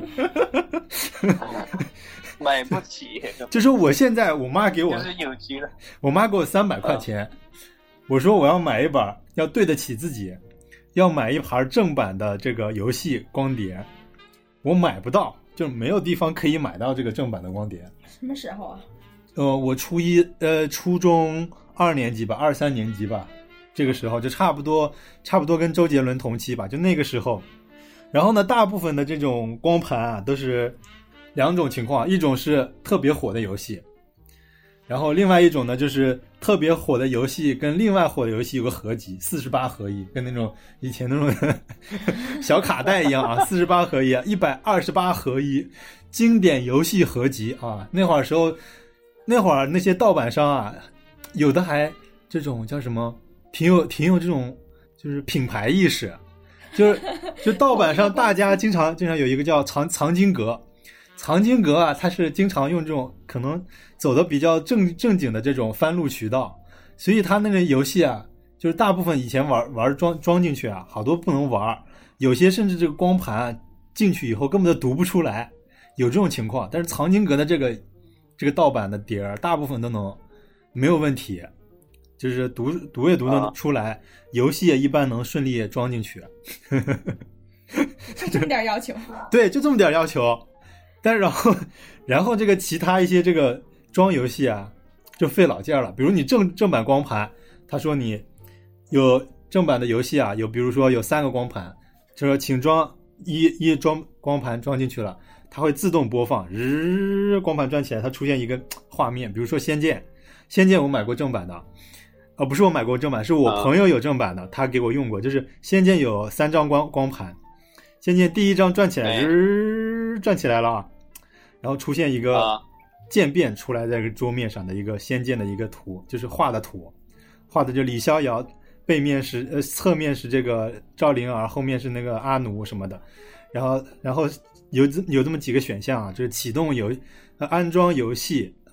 买不起。 就是我现在我妈给我就是有趣的， 我妈给我三百块钱、嗯，我说我要买一本要对得起自己，要买一盘正版的这个游戏光碟，我买不到，就没有地方可以买到这个正版的光碟。 什么时候啊？ 呃，我初一呃初中二年级吧，二三年级吧，这个时候就差不多差不多跟周杰伦同期吧，就那个时候。然后呢，大部分的这种光盘啊都是两种情况，一种是特别火的游戏，然后另外一种呢就是特别火的游戏跟另外火的游戏有个合集，四十八合一，跟那种以前那种小卡带一样啊，四十八合一，一百二十八合一，经典游戏合集啊。那会儿时候，那会儿那些盗版商啊，有的还这种叫什么，挺有挺有这种就是品牌意识，就是就盗版上大家经常经常有一个叫藏藏经阁。藏经阁啊，它是经常用这种可能走的比较正正经的这种翻录渠道，所以它那个游戏啊，就是大部分以前玩玩装装进去啊，好多不能玩，有些甚至这个光盘啊进去以后根本就读不出来，有这种情况。但是藏经阁的这个这个盗版的碟儿，大部分都能没有问题，就是读读也读得出来，啊、游戏也一般能顺利装进去。 就这么点要求？ 对，就这么点要求。但是然后然后这个其他一些这个装游戏啊就费老劲了，比如你正正版光盘，他说你有正版的游戏啊，有比如说有三个光盘，就说请装一一装光盘装进去了，它会自动播放，日光盘转起来，它出现一个画面，比如说仙剑，仙剑我买过正版的，呃不是我买过正版，是我朋友有正版的，他给我用过，就是仙剑有三张光光盘，仙剑第一张转起来，日转起来了，然后出现一个渐变出来在这个桌面上的一个仙剑的一个图，就是画的图，画的就李逍遥，背面是呃侧面是这个赵灵儿，后面是那个阿奴什么的，然后然后有有这么几个选项啊，就是启动游、呃、安装游戏啊、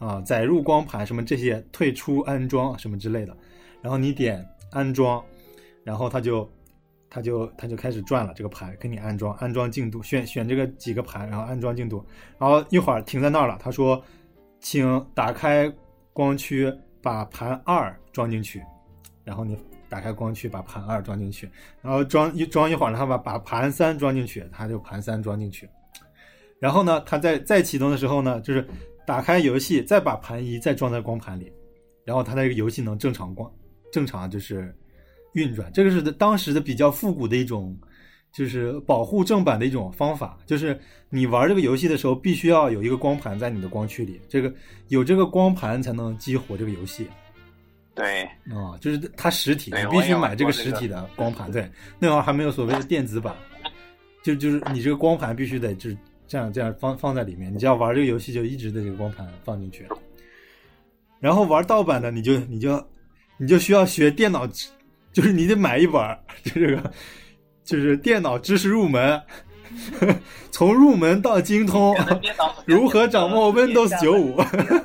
啊，载入光盘什么这些，退出安装什么之类的，然后你点安装，然后它就它就它就开始转了，这个盘给你安装，安装进度，选选这个几个盘，然后安装进度，然后一会儿停在那儿了，他说请打开光驱把盘二装进去，然后你打开光驱把盘二装进去，然后装一装一会儿，他把把盘三装进去，他就盘三装进去，然后呢他在再启动的时候呢，就是打开游戏再把盘一再装在光盘里，然后它的这个游戏能正常光正常就是运转。这个是当时的比较复古的一种就是保护正版的一种方法，就是你玩这个游戏的时候必须要有一个光盘在你的光驱里，这个有这个光盘才能激活这个游戏。 对啊、哦，就是它实体你必须买这个实体的光盘。对，那会儿还没有所谓的电子版，就就是你这个光盘必须得就是这样这样放放在里面，你只要玩这个游戏就一直的这个光盘放进去。然后玩盗版的你就你就你就需要学电脑，就是你得买一本就这个就是电脑知识入门，从入门到精通，如何掌握 Windows 九十五。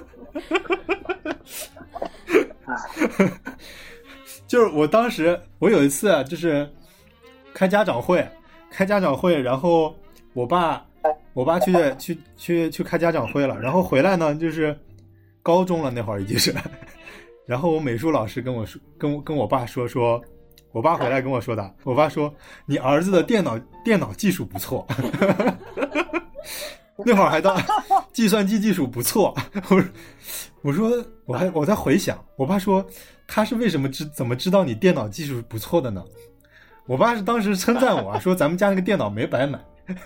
就是我当时我有一次啊，就是开家长会开家长会然后我爸我爸去去去去开家长会了，然后回来呢就是高中了那会儿已经是，然后我美术老师跟我说跟我跟我爸说说我爸回来跟我说的，我爸说你儿子的电脑电脑技术不错。那会儿还到计算机技术不错，我我说我还我在回想，我爸说他是为什么知怎么知道你电脑技术不错的呢？我爸是当时称赞我说咱们家那个电脑没白买。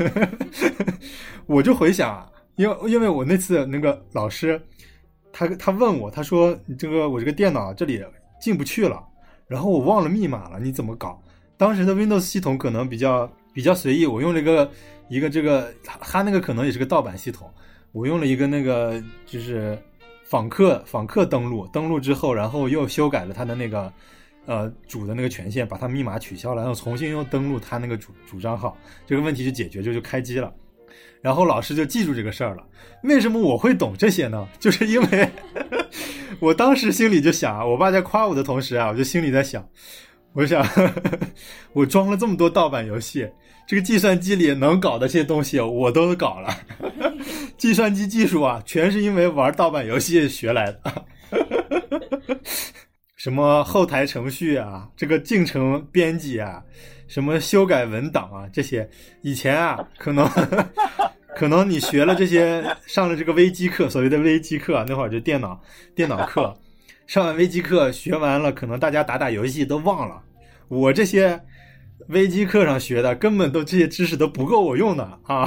我就回想啊，因为因为我那次那个老师他他问我，他说你这个我这个电脑这里进不去了，然后我忘了密码了，你怎么搞？当时的 Windows 系统可能比较比较随意，我用了一个一个这个他那个可能也是个盗版系统，我用了一个那个就是访客访客登录，登录之后然后又修改了他的那个呃主的那个权限，把他密码取消了，然后重新又登录他那个主主账号，这个问题就解决，就就开机了。然后老师就记住这个事儿了。为什么我会懂这些呢？就是因为我当时心里就想，我爸在夸我的同时啊，我就心里在想，我想我装了这么多盗版游戏，这个计算机里能搞的这些东西我都搞了。计算机技术啊全是因为玩盗版游戏学来的。什么后台程序啊，这个进程编辑啊，什么修改文档啊，这些以前啊可能可能你学了这些，上了这个微机课，所谓的微机课，那会儿就电脑电脑课，上完微机课学完了，可能大家打打游戏都忘了。我这些微机课上学的根本都这些知识都不够我用的啊。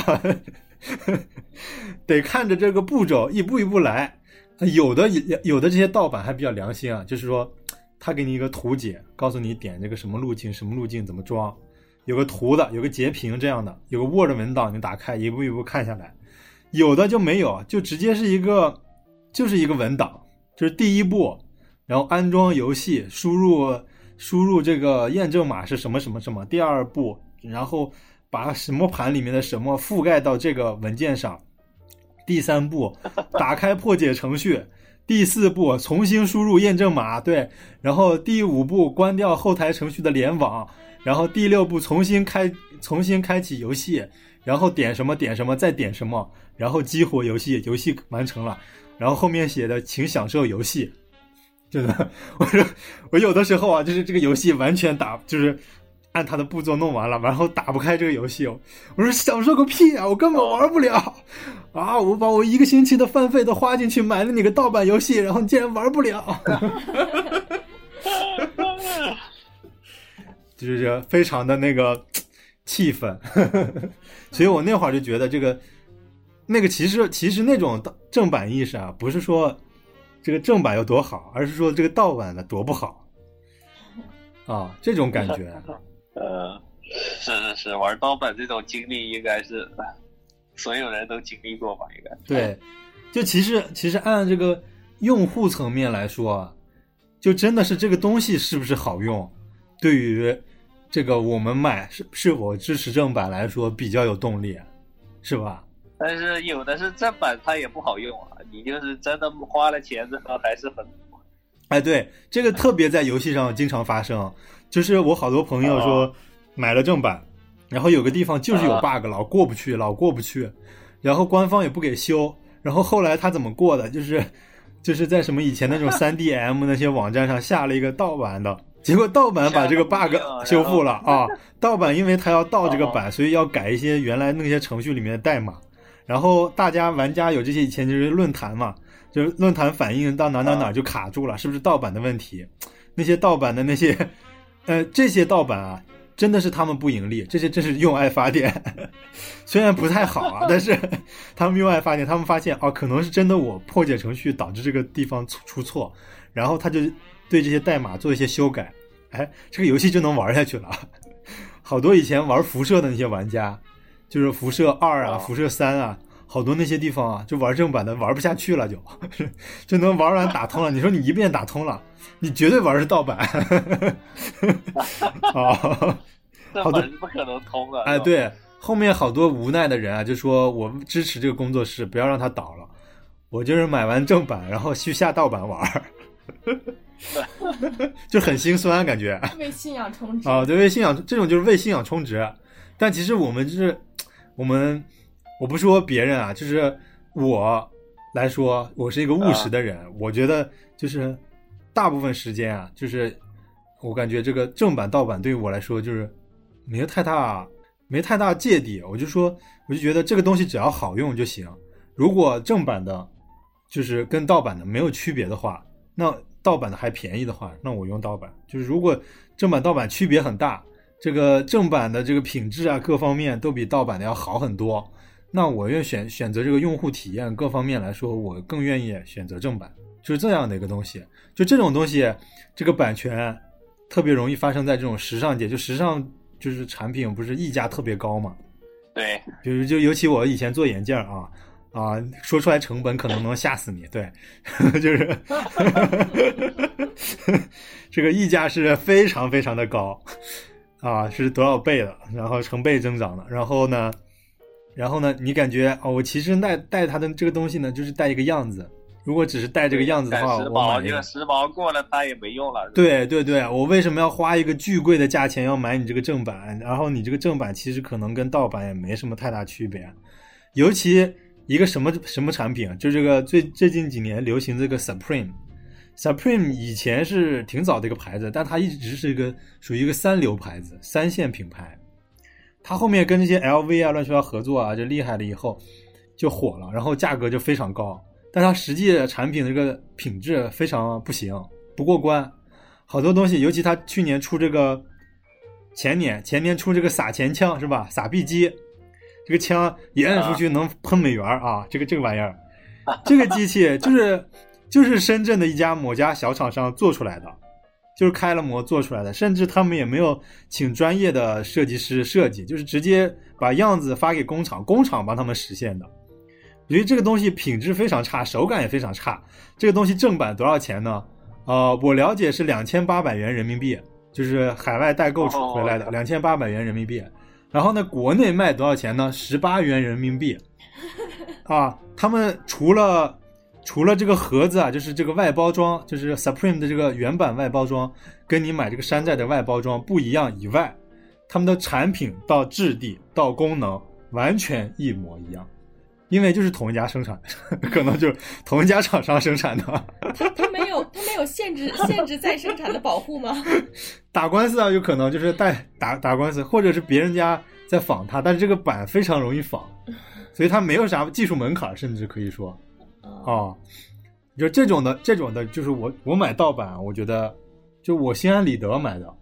得看着这个步骤一步一步来。有的有的这些盗版还比较良心啊，就是说他给你一个图解，告诉你点这个什么路径什么路径怎么装，有个图的，有个截屏这样的，有个 Word 文档你打开一步一步看下来。有的就没有，就直接是一个就是一个文档，就是第一步，然后安装游戏，输入输入这个验证码是什么什么什么，第二步然后把什么盘里面的什么覆盖到这个文件上，第三步打开破解程序，第四步重新输入验证码，对，然后第五步关掉后台程序的联网，然后第六步重新开重新开启游戏，然后点什么点什么再点什么，然后激活游戏，游戏完成了，然后后面写的请享受游戏。真的，我说我有的时候啊，就是这个游戏完全打就是按他的步骤弄完了，然后打不开这个游戏，我说享受个屁啊，我根本玩不了啊！我把我一个星期的饭费都花进去买了你个盗版游戏，然后你竟然玩不了。就是非常的那个气愤。所以我那会儿就觉得这个那个其实其实那种正版意识啊，不是说这个正版有多好，而是说这个盗版的多不好啊，这种感觉。 呃，是是是，玩盗版这种经历应该是所有人都经历过吧？应该对，就其实其实按这个用户层面来说，就真的是这个东西是不是好用，对于这个我们买是是否支持正版来说比较有动力，是吧？ 但是有的是正版，它也不好用啊。你就是真的花了钱之后还是很。 哎，对，这个特别在游戏上经常发生，就是我好多朋友说买了正版，然后有个地方就是有 bug， 老过不去，老过不去，然后官方也不给修，然后后来他怎么过的？就是就是在什么以前那种 三 D M 那些网站上下了一个盗版的。结果盗版把这个 bug 修复了啊！盗版因为它要盗这个版，所以要改一些原来那些程序里面的代码。然后大家玩家有这些以前就是论坛嘛，就是论坛反映到哪哪哪就卡住了，是不是盗版的问题？那些盗版的那些，呃，这些盗版啊，真的是他们不盈利，这些真是用爱发电，虽然不太好啊，但是他们用爱发电，他们发现哦，可能是真的我破解程序导致这个地方出错，然后他就对这些代码做一些修改，哎，这个游戏就能玩下去了。好多以前玩辐射的那些玩家，就是辐射二啊、辐射三啊，好多那些地方啊，就玩正版的玩不下去了就，就就能玩完打通了。你说你一遍打通了，你绝对玩是盗版。哦， 正版是不可能通的。 哎，对，后面好多无奈的人啊，就说我支持这个工作室，不要让它倒了。我就是买完正版，然后去下盗版玩。就很心酸感觉， 为信仰充值啊、哦，对，为信仰，这种就是为信仰充值。但其实我们就是我们，我不说别人啊，就是我来说，我是一个务实的人，啊、我觉得就是大部分时间啊，就是我感觉这个正版盗版对于我来说就是没有太大没太大芥蒂，我就说我就觉得这个东西只要好用就行。如果正版的就是跟盗版的没有区别的话，那盗版的还便宜的话，那我用盗版。就是如果正版盗版区别很大，这个正版的这个品质啊各方面都比盗版的要好很多，那我愿选选择这个用户体验各方面来说，我更愿意选择正版。就是这样的一个东西。就这种东西，这个版权特别容易发生在这种时尚界，就时尚就是产品不是溢价特别高嘛？ 对， 比如就尤其我以前做眼镜啊。啊，说出来成本可能能吓死你，对，就是这个溢价是非常非常的高啊，是多少倍的，然后成倍增长的，然后呢，然后呢，你感觉哦，我其实带带它的这个东西呢，就是带一个样子，如果只是带这个样子的话， 时我买这个时髦过了，它也没用了。 对对对，我为什么要花一个巨贵的价钱要买你这个正版？然后你这个正版其实可能跟盗版也没什么太大区别，尤其。一个什么什么产品，就这个最最近几年流行这个 Supreme， Supreme 以前是挺早的一个牌子，但它一直是一个属于一个三流牌子，三线品牌。它后面跟这些 L V 啊乱七八糟合作啊，就厉害了以后就火了，然后价格就非常高，但它实际的产品的这个品质非常不行，不过关。好多东西，尤其它去年出这个前年前年出这个撒钱枪是吧？撒币机。这个枪一摁出去能喷美元啊！啊这个这个玩意儿，这个机器就是就是深圳的一家某家小厂商做出来的，就是开了模做出来的，甚至他们也没有请专业的设计师设计，就是直接把样子发给工厂，工厂帮他们实现的。因为这个东西品质非常差，手感也非常差。这个东西正版多少钱呢？呃，我了解是两千八百元人民币，就是海外代购回来的两千八百元人民币。然后呢，国内卖多少钱呢？十八元人民币，啊，他们除了除了这个盒子啊，就是这个外包装，就是 Supreme 的这个原版外包装，跟你买这个山寨的外包装不一样以外，他们的产品到质地到功能完全一模一样，因为就是同一家生产，可能就是同一家厂商生产的。 他他没有他没有限制限制再生产的保护吗？ 打官司啊，有可能就是带打打官司，或者是别人家在仿它，但是这个版非常容易仿，所以它没有啥技术门槛，甚至可以说，啊，就这种的这种的，就是我我买盗版，我觉得就我心安理得买的。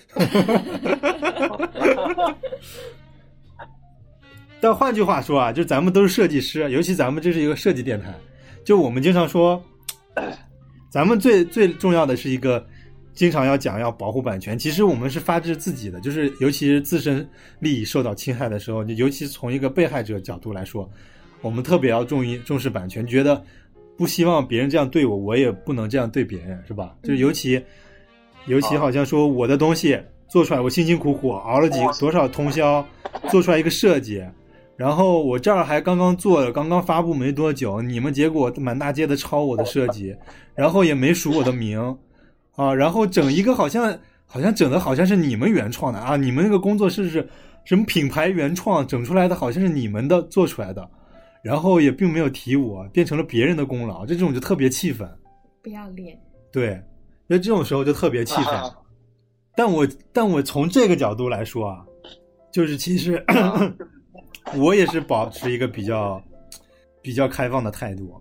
但换句话说啊，就咱们都是设计师，尤其咱们这是一个设计电台，就我们经常说，咱们最最重要的是一个。经常要讲要保护版权，其实我们是发自自己的，就是尤其是自身利益受到侵害的时候，尤其从一个被害者角度来说，我们特别要重于重视版权，觉得不希望别人这样对我，我也不能这样对别人，是吧？就是尤其尤其好像说我的东西做出来，我辛辛苦苦熬了几多少通宵做出来一个设计， 然后我这儿还刚刚做了，刚刚发布没多久，你们结果满大街的抄我的设计，然后也没署我的名啊，然后整一个好像好像整的好像是你们原创的啊，你们那个工作室是什么品牌原创，整出来的好像是你们的做出来的，然后也并没有提我，变成了别人的功劳，这种就特别气愤， 不要脸。 对，那这种时候就特别气愤。啊、但我但我从这个角度来说啊，就是其实我也是保持一个比较比较开放的态度。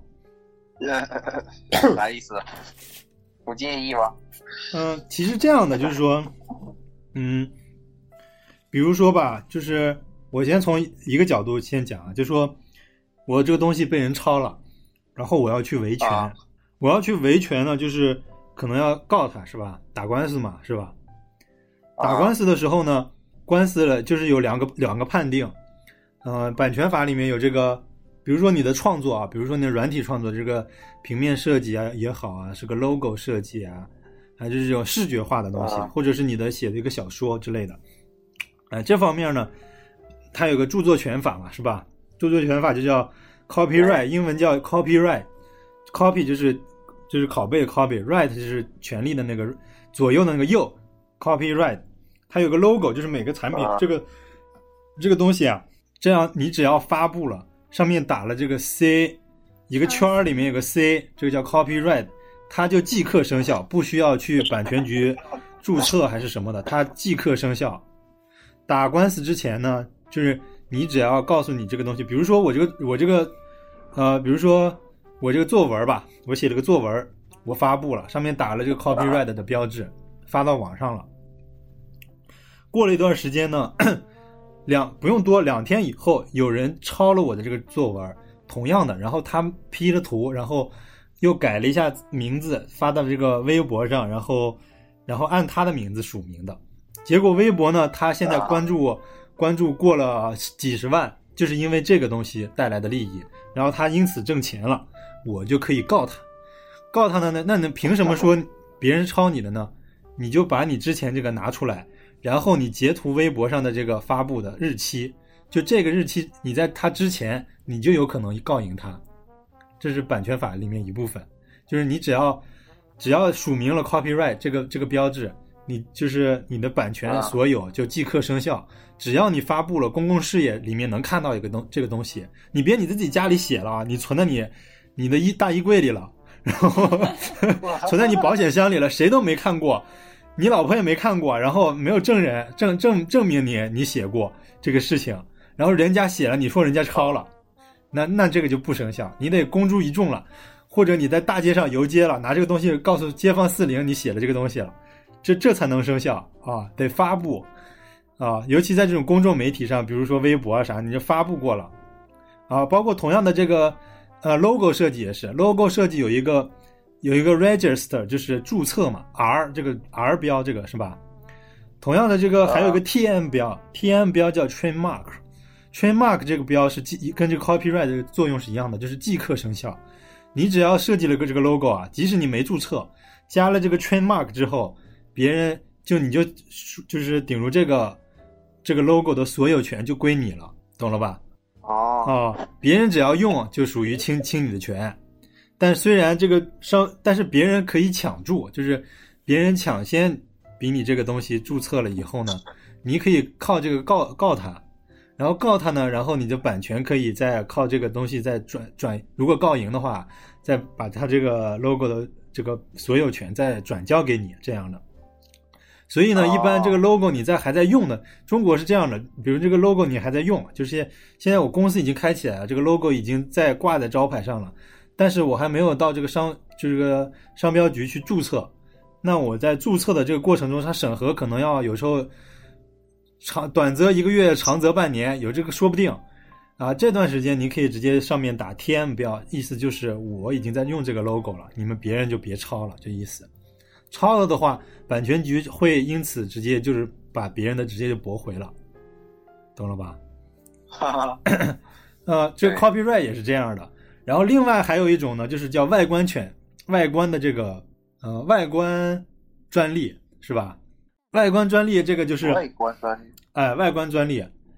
啥意思？不介意吗？ 嗯、呃，其实这样的就是说，嗯，比如说吧，就是我先从一个角度先讲啊，就说我这个东西被人抄了，然后我要去维权，啊、我要去维权呢，就是可能要告他是吧？打官司嘛，是吧？打官司的时候呢，官司了就是有两个两个判定，呃，版权法里面有这个，比如说你的创作啊，比如说你的软体创作，这个平面设计啊也好啊，是个 logo 设计啊，还是这种视觉化的东西，或者是你的写的一个小说之类的，哎、呃，这方面呢，它有个著作权法嘛，是吧？著作权法就叫 copyright， 英文叫 copyright，copy 就是就是拷贝 copy，right 就是权利的那个左右的那个右 ，copyright。它有个 logo， 就是每个产品、啊、这个这个东西啊，这样你只要发布了，上面打了这个 C， 一个圈里面有个 C， 这个叫 copyright， 它就即刻生效，不需要去版权局注册还是什么的，它即刻生效。打官司之前呢，就是你只要告诉你这个东西，比如说我这个我这个呃，比如说我这个作文吧，我写了个作文，我发布了，上面打了这个 copyright 的标志，发到网上了。过了一段时间呢，两不用多两天以后，有人抄了我的这个作文，同样的，然后他 P 了图，然后又改了一下名字，发到这个微博上，然后然后按他的名字署名的。结果微博呢，他现在关注我，关注过了几十万，就是因为这个东西带来的利益，然后他因此挣钱了，我就可以告他，告他呢，那你凭什么说别人抄你的呢？你就把你之前这个拿出来。然后你截图微博上的这个发布的日期，就这个日期你在他之前你就有可能告赢他，这是版权法里面一部分，就是你只要只要署名了 copyright 这个这个标志，你就是你的版权所有就即刻生效，只要你发布了公共视野里面能看到一个东这个东西，你别你自己家里写了，你存在你你的衣大衣柜里了，然后存在你保险箱里了，谁都没看过，你老婆也没看过，然后没有证人证证证明你你写过这个事情，然后人家写了，你说人家抄了，那那这个就不生效，你得公诸于众了，或者你在大街上游街了，拿这个东西告诉街坊四邻你写了这个东西了，这这才能生效啊，得发布啊，尤其在这种公众媒体上，比如说微博啊啥，你就发布过了啊，包括同样的这个呃 logo 设计也是 ，logo 设计有一个。有一个 register 就是注册嘛 ，R 这个 R 标这个是吧？同样的这个还有一个 T M 标、uh, ，T M 标叫 trademark，trademark 这个标是跟这个 copyright 的作用是一样的，就是即刻生效。你只要设计了个这个 logo 啊，即使你没注册，加了这个 trademark 之后，别人就你就就是顶入这个这个 logo 的所有权就归你了，懂了吧？哦、oh. 啊，别人只要用就属于侵侵你的权。但虽然这个商，但是别人可以抢注，就是别人抢先比你这个东西注册了以后呢，你可以靠这个告告他，然后告他呢，然后你的版权可以再靠这个东西再转转，如果告赢的话，再把他这个 logo 的这个所有权再转交给你这样的。所以呢，一般这个 logo 你在还在用的，中国是这样的，比如这个 logo 你还在用，就是现在我公司已经开起来了，这个 logo 已经在挂在招牌上了。但是我还没有到这个商这个商标局去注册，那我在注册的这个过程中，它审核可能要有时候长短则一个月，长则半年，有这个说不定啊。这段时间你可以直接上面打 T M 标，意思就是我已经在用这个 logo 了，你们别人就别抄了，这意思。抄了的话，版权局会因此直接就是把别人的直接就驳回了，懂了吧？哈哈，呃，这个 copyright 也是这样的。然后另外还有一种呢，就是叫外观权，外观的这个呃外观专利是吧？外观专利这个就是外观专利， 哎，外观专利，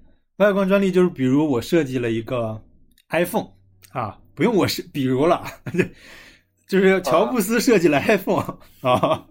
外观专利就是比如我设计了一个 iPhone 啊，不用我是比如了，就是乔布斯设计了 iPhone 啊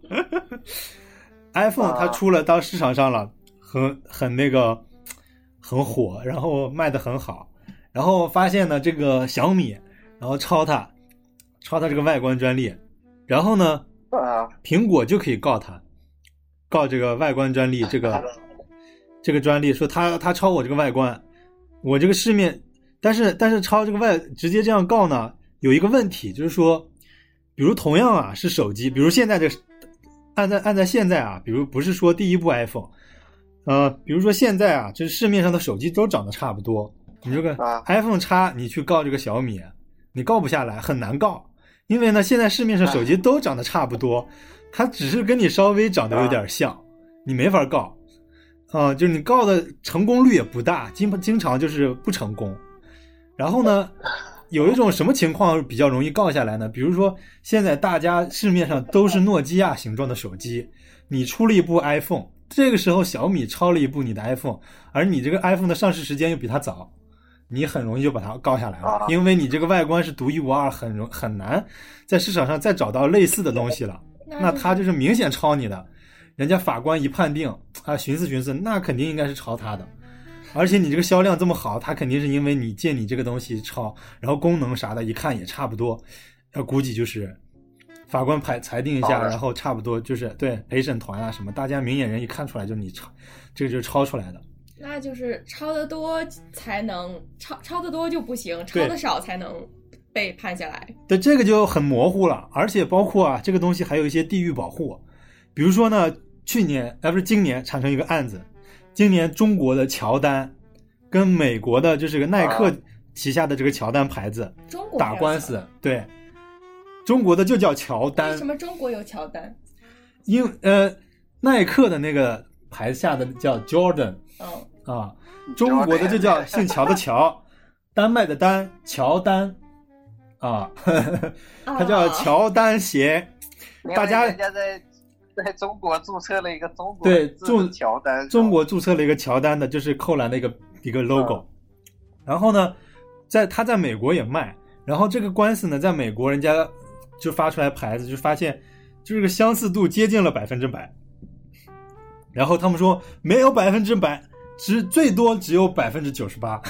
，iPhone 它出了到市场上了，很很那个很火，然后卖得很好，然后发现呢这个小米，然后抄它，抄它这个外观专利，然后呢，苹果就可以告它，告这个外观专利这个这个专利，说他他抄我这个外观，我这个市面，但是但是抄这个外直接这样告呢，有一个问题就是说，比如同样啊是手机，比如现在这按在按在现在啊，比如不是说第一部 iPhone， 呃，比如说现在啊，这市面上的手机都长得差不多，你这个 iPhone X 你去告这个小米，你告不下来，很难告，因为呢现在市面上手机都长得差不多，它只是跟你稍微长得有点像，你没法告。啊、呃，就是你告的成功率也不大，经经常就是不成功。然后呢，有一种什么情况比较容易告下来呢？比如说，现在大家市面上都是诺基亚形状的手机，你出了一部 iPhone， 这个时候小米抄了一部你的 iPhone， 而你这个 iPhone 的上市时间又比它早，你很容易就把它告下来了，因为你这个外观是独一无二，很容很难在市场上再找到类似的东西了。那它就是明显抄你的。人家法官一判定啊，寻思寻思，那肯定应该是抄他的，而且你这个销量这么好，他肯定是因为你借你这个东西抄，然后功能啥的一看也差不多，要估计就是法官裁裁定一下，然后差不多就是对陪审团啊什么，大家明眼人一看出来就是你抄，这个就是抄出来的。 那就是抄得多才能抄，抄得多就不行，抄得少才能被判下来。 对，这个就很模糊了，而且包括啊，这个东西还有一些地域保护，比如说呢。去年哎不是今年产生一个案子，今年中国的乔丹跟美国的就是个耐克旗下的这个乔丹牌子打官司，对，中国的就叫乔丹。 为什么中国有乔丹？ 因呃耐克的那个牌子下的叫 Jordan， 哦啊，中国的就叫姓乔的乔，丹麦的丹，乔丹啊，呵呵它叫乔丹鞋，大家人家在。在中国注册了一个中国对注乔丹， 中国注册了一个乔丹的，就是扣篮的一个一个 logo、嗯。然后呢，在他在美国也卖，然后这个官司呢，在美国人家就发出来牌子，就发现就这个相似度接近了百分之百。然后他们说没有百分之百，只最多只有百分之九十八，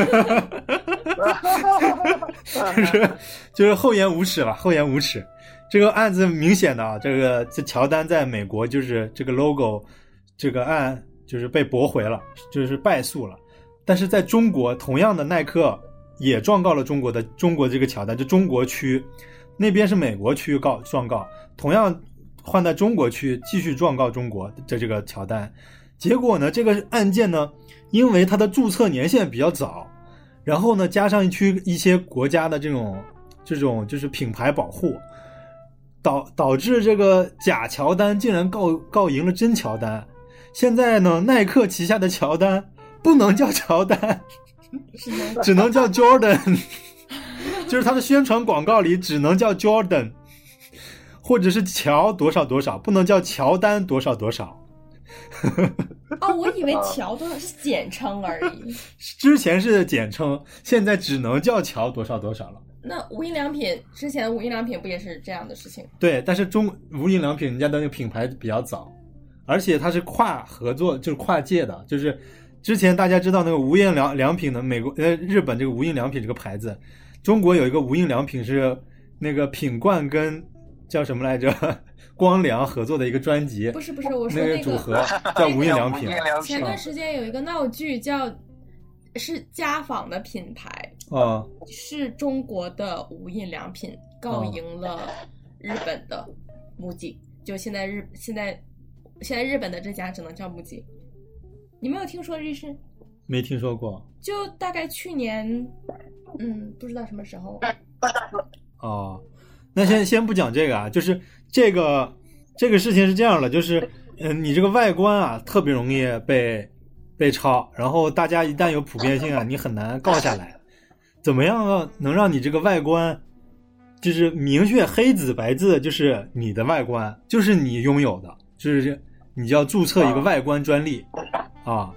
就是就是厚颜无耻了，厚颜无耻。这个案子明显的啊，这个这乔丹在美国就是这个 logo， 这个案就是被驳回了，就是败诉了。但是在中国，同样的耐克也状告了中国的中国这个乔丹，就中国区那边是美国区告状告，同样换在中国区继续状告中国的这个乔丹。结果呢，这个案件呢，因为它的注册年限比较早，然后呢加上一区一些国家的这种这种就是品牌保护。导导致这个假乔丹竟然告告赢了真乔丹，现在呢，耐克旗下的乔丹不能叫乔丹，只能叫 Jordan， 就是他的宣传广告里只能叫 Jordan， 或者是乔多少多少，不能叫乔丹多少多少。 哦，我以为乔多少是简称而已。 之前是简称，现在只能叫乔多少多少了。 那无印良品之前无印良品不也是这样的事情？ 对，但是中无印良品人家的那个品牌比较早，而且它是跨合作，就是跨界的，就是之前大家知道那个无印良良品的美国呃日本这个无印良品这个牌子，中国有一个无印良品是那个品冠跟叫什么来着光良合作的一个专辑， 不是不是我说那个个组合叫无印良品。 前段时间有一个闹剧叫是家纺的品牌。 哦， 是中国的无印良品告赢了日本的木吉、哦、就现在日现在现在日本的这家只能叫木吉。你没有听说这事？ 没听说过。 就大概去年，嗯，不知道什么时候。 哦，那先先不讲这个啊，就是这个这个事情是这样的，就是嗯、呃，你这个外观啊特别容易被被抄，然后大家一旦有普遍性啊，你很难告下来。怎么样能让你这个外观就是明确黑字白字，就是你的外观就是你拥有的，就是你就要注册一个外观专利啊，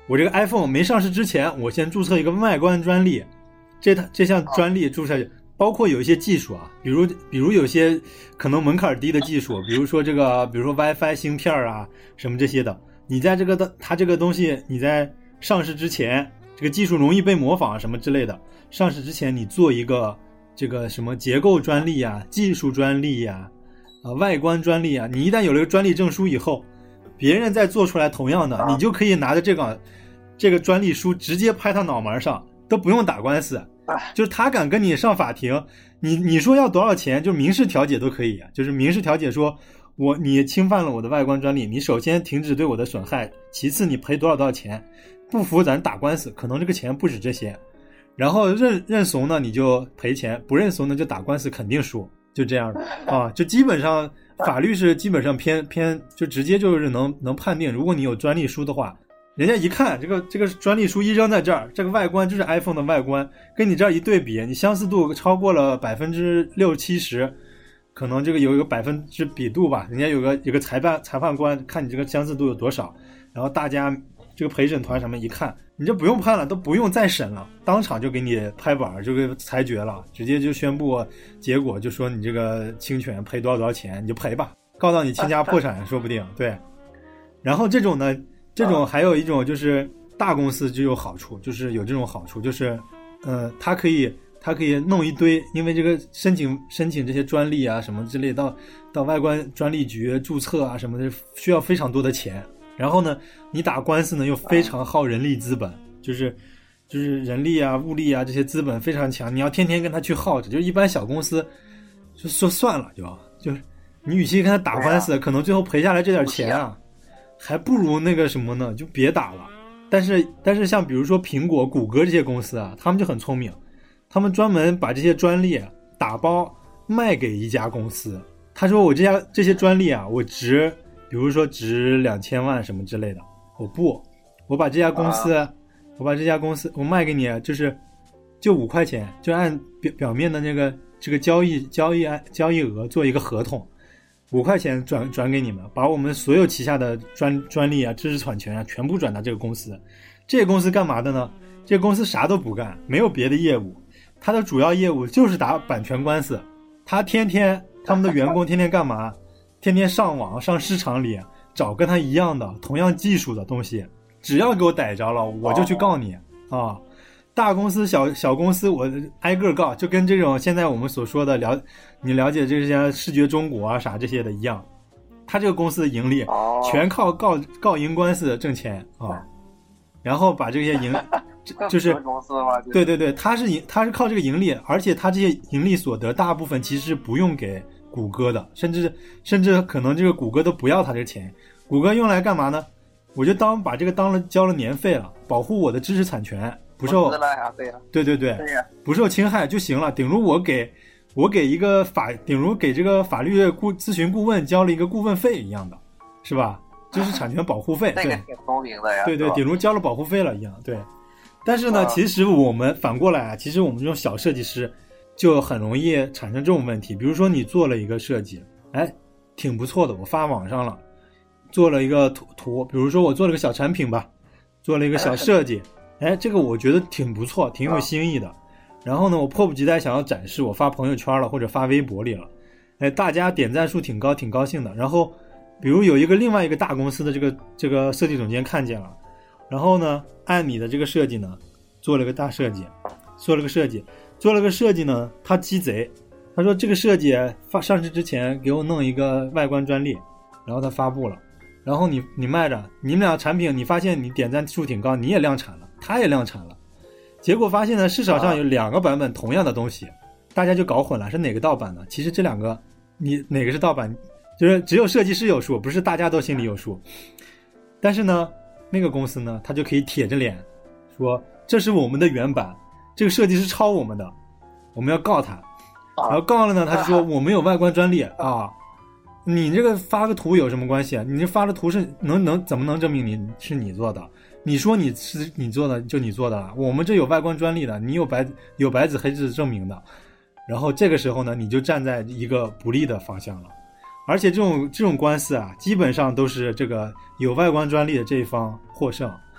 我这个 iPhone 没上市之前，我先注册一个外观专利，这这项专利注册，包括有一些技术啊，比如比如有些可能门槛低的技术，比如说这个，比如说 WiFi 芯片啊什么这些的，你在这个的它这个东西你在上市之前，这个技术容易被模仿什么之类的，上市之前你做一个这个什么结构专利啊、技术专利啊、啊外观专利啊，你一旦有了一个专利证书以后，别人再做出来同样的，你就可以拿着这个这个专利书直接拍他脑门上，都不用打官司，就是他敢跟你上法庭，你你说要多少钱，就是民事调解都可以啊，就是民事调解说我你侵犯了我的外观专利，你首先停止对我的损害，其次你赔多少多少钱，不服咱打官司，可能这个钱不止这些，然后认认怂呢你就赔钱，不认怂呢就打官司肯定输，就这样的啊，就基本上法律是基本上偏偏就直接就是能能判定，如果你有专利书的话，人家一看这个这个专利书一扔在这儿，这个外观就是 iPhone 的外观，跟你这儿一对比，你相似度超过了百分之六七十，可能这个有一个百分之比度吧，人家有个有个裁判裁判官看你这个相似度有多少，然后大家这个陪审团什么一看，你就不用判了，都不用再审了，当场就给你拍板就给裁决了，直接就宣布结果，就说你这个侵权赔多少多少钱你就赔吧，告到你倾家破产说不定。对，然后这种呢，这种还有一种就是大公司就有好处，就是有这种好处，就是呃，它可以它可以弄一堆，因为这个申请申请这些专利啊什么之类，到到外观专利局注册啊什么的，需要非常多的钱。然后呢，你打官司呢又非常耗人力资本，就是就是人力啊、物力啊这些资本非常强，你要天天跟他去耗着。就一般小公司就说算了，就就是你与其跟他打官司，可能最后赔下来这点钱啊，还不如那个什么呢，就别打了。但是但是像比如说苹果、谷歌这些公司啊，他们就很聪明，他们专门把这些专利打包卖给一家公司。他说我这家这些专利啊，我值。比如说值两千万什么之类的，我不，我把这家公司，啊、我把这家公司我卖给你，就是就五块钱，就按表表面的那个这个交易交易交易额做一个合同，五块钱转转给你们，把我们所有旗下的专专利啊、知识产权啊全部转到这个公司。这个公司干嘛的呢？这个公司啥都不干，没有别的业务，它的主要业务就是打版权官司。他天天他们的员工天天干嘛？天天上网上市场里找跟他一样的同样技术的东西，只要给我逮着了我就去告你啊！大公司小小公司我挨个告，就跟这种现在我们所说的了你了解这些视觉中国啊啥这些的一样，他这个公司的盈利全靠告告赢官司挣钱啊，然后把这些盈就是对对对，他是盈他是靠这个盈利，而且他这些盈利所得大部分其实不用给谷歌的，甚至甚至可能这个谷歌都不要他这个钱，谷歌用来干嘛呢？我就当把这个当了交了年费了，保护我的知识产权不受对对对不受侵害就行了，顶如我给我给一个法顶如给这个法律顾咨询顾问交了一个顾问费一样的，是吧？知识产权保护费， 这个挺聪明的呀。 对对，顶如交了保护费了一样，对。但是呢，其实我们反过来啊，其实我们这种小设计师就很容易产生这种问题。比如说你做了一个设计，哎，挺不错的，我发网上了，做了一个图图，比如说我做了个小产品吧，做了一个小设计，哎，这个我觉得挺不错，挺有新意的。然后呢，我迫不及待想要展示，我发朋友圈了或者发微博里了，哎，大家点赞数挺高，挺高兴的。然后，比如有一个另外一个大公司的这个这个设计总监看见了，然后呢，按你的这个设计呢，做了个大设计，做了个设计。做了个设计呢，他鸡贼，他说这个设计发上市之前给我弄一个外观专利，然后他发布了，然后你你卖着，你们俩产品你发现你点赞数挺高，你也量产了，他也量产了，结果发现呢市场上有两个版本同样的东西，大家就搞混了，是哪个盗版呢？其实这两个你哪个是盗版，就是只有设计师有数，不是大家都心里有数。但是呢，那个公司呢，他就可以铁着脸说这是我们的原版。这个设计师抄我们的，我们要告他，然后告了呢，他就说我们有外观专利啊，你这个发个图有什么关系啊？你这发的图是能能怎么能证明你是你做的？你说你是你做的就你做的了，我们这有外观专利的，你有白有白纸黑字证明的，然后这个时候呢，你就站在一个不利的方向了。而且这种这种官司啊，基本上都是这个有外观专利的这一方获胜。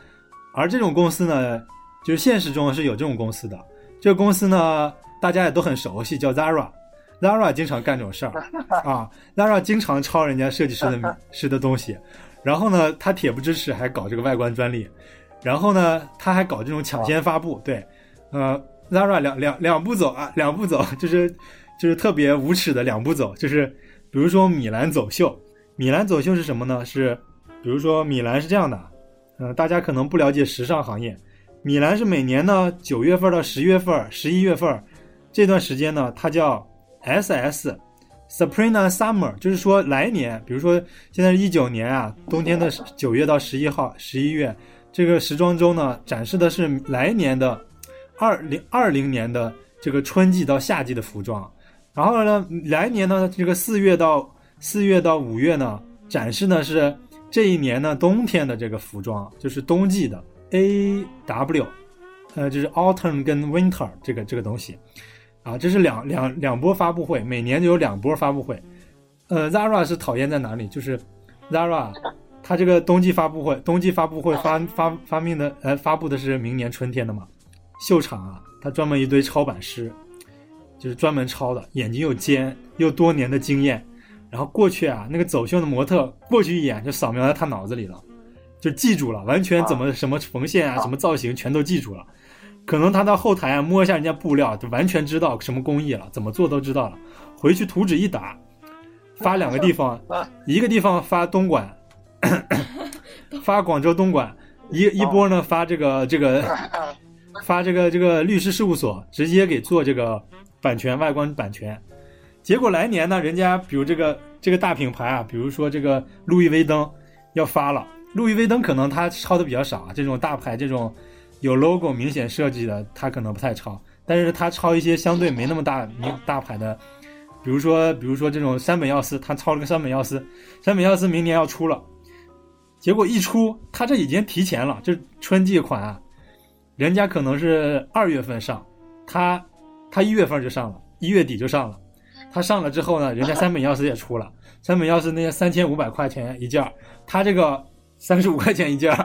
而这种公司呢，就是现实中是有这种公司的。这个公司呢，大家也都很熟悉，叫 Zara。Zara 经常干这种事儿啊 ，Zara 经常抄人家设计师的师的东西，然后呢，他铁不支持还搞这个外观专利，然后呢，他还搞这种抢先发布，对，呃 ，Zara 两两两步走啊，两步走，就是就是特别无耻的两步走，就是比如说米兰走秀，米兰走秀是什么呢？是比如说米兰是这样的，嗯、呃，大家可能不了解时尚行业，米兰是每年呢九月份到十月份、十一月份这段时间呢，它叫 S S Spring and Summer， 就是说来年，比如说现在是一九年啊，冬天的九月到十一号、十一月，这个时装周呢展示的是来年的二零二零年的这个春季到夏季的服装，然后呢，来年呢这个四月到四月到五月呢展示的是这一年呢冬天的这个服装，就是冬季的 A W， 呃，就是 Autumn 跟 Winter 这个这个东西。啊，这是两两两波发布会，每年就有两波发布会。呃 ，Zara 是讨厌在哪里？就是 Zara， 它这个冬季发布会，冬季发布会发发发明的呃发布的是明年春天的嘛。秀场啊，它专门一堆抄版师，就是专门抄的，眼睛又尖，又多年的经验。然后过去啊，那个走秀的模特过去一眼就扫描在他脑子里了，就记住了，完全怎么什么缝线啊，什么造型全都记住了。可能他到后台啊摸一下人家布料，就完全知道什么工艺了，怎么做都知道了。回去图纸一打，发两个地方，一个地方发东莞，发广州东莞，一一波呢发这个这个发这个这个律师事务所，直接给做这个版权外观版权。结果来年呢，人家比如这个这个大品牌啊，比如说这个路易威登要发了，路易威登可能他抄的比较少啊，这种大牌这种。有 logo 明显设计的，他可能不太抄，但是他抄一些相对没那么大大牌的，比如说比如说这种山本耀司，他抄了个山本耀司，山本耀司明年要出了，结果一出，他这已经提前了，就春季款啊，人家可能是二月份上，他他一月份就上了，一月底就上了，他上了之后呢，人家山本耀司也出了，山本耀司那些三千五百块钱一件，他这个三十五块钱一件。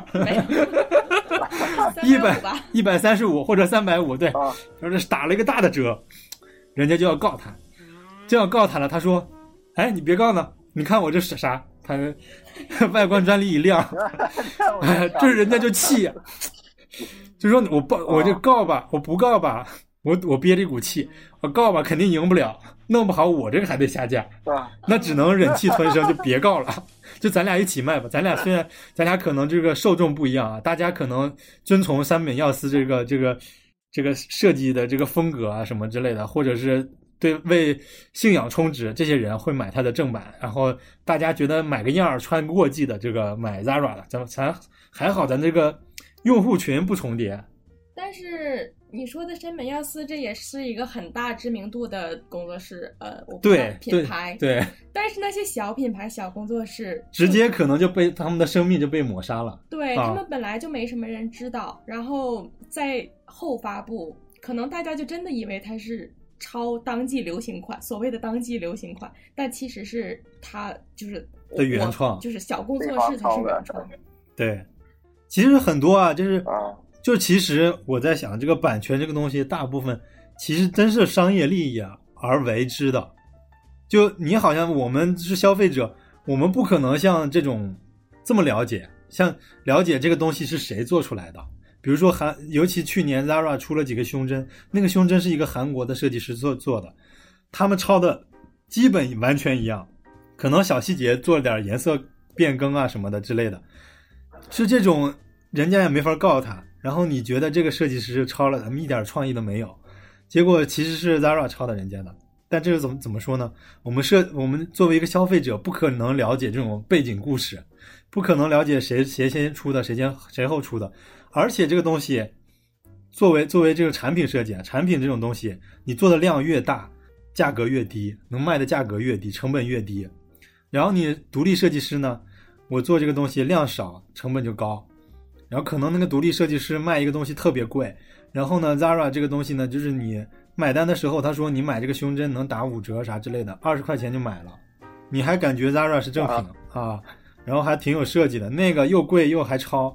一百一百三十五或者三百五，对，就是打了一个大的折，人家就要告他，就要告他了。他说：“哎，你别告呢，你看我这是啥？他外观专利一亮，哎，这人家就气，就说我报我就告吧，我不告吧，我我憋着一股气，我告吧肯定赢不了，弄不好我这个还得下架，那只能忍气吞声，就别告了。”就咱俩一起卖吧，咱俩虽然咱俩可能这个受众不一样啊，大家可能遵从山本耀司这个这个这个设计的这个风格啊什么之类的，或者是对为信仰充值，这些人会买它的正版，然后大家觉得买个样穿过季的这个买 Zara 的，咱咱还好咱这个用户群不重叠。 但是你说的山本耀司，这也是一个很大知名度的工作室，呃，我不知道品牌， 对。对。 但是那些小品牌、小工作室， 直接可能就被他们的生命就被抹杀了。 对、 啊、 他们本来就没什么人知道，然后在后发布，可能大家就真的以为它是抄当季流行款，所谓的当季流行款，但其实是它就是的原创， 就是小工作室才是原创。 对，其实很多啊，就是。啊就其实我在想，这个版权这个东西，大部分其实真是商业利益啊而为之的。就你好像我们是消费者，我们不可能像这种这么了解，像了解这个东西是谁做出来的。比如说韩，尤其去年 Zara 出了几个胸针，那个胸针是一个韩国的设计师做做的，他们抄的基本完全一样，可能小细节做了点颜色变更啊什么的之类的，是这种人家也没法告他。然后你觉得这个设计师抄了，咱们一点创意都没有，结果其实是 Zara 抄的人家的。但这个怎么怎么说呢？我们设我们作为一个消费者，不可能了解这种背景故事，不可能了解谁谁先出的，谁先谁后出的。而且这个东西，作为作为这个产品设计啊，产品这种东西，你做的量越大，价格越低，能卖的价格越低，成本越低。然后你独立设计师呢，我做这个东西量少，成本就高。然后可能那个独立设计师卖一个东西特别贵，然后呢 Zara 这个东西呢，就是你买单的时候他说你买这个胸针能打五折啥之类的，二十块钱就买了，你还感觉 Zara 是正品 啊, 啊然后还挺有设计的，那个又贵又还抄，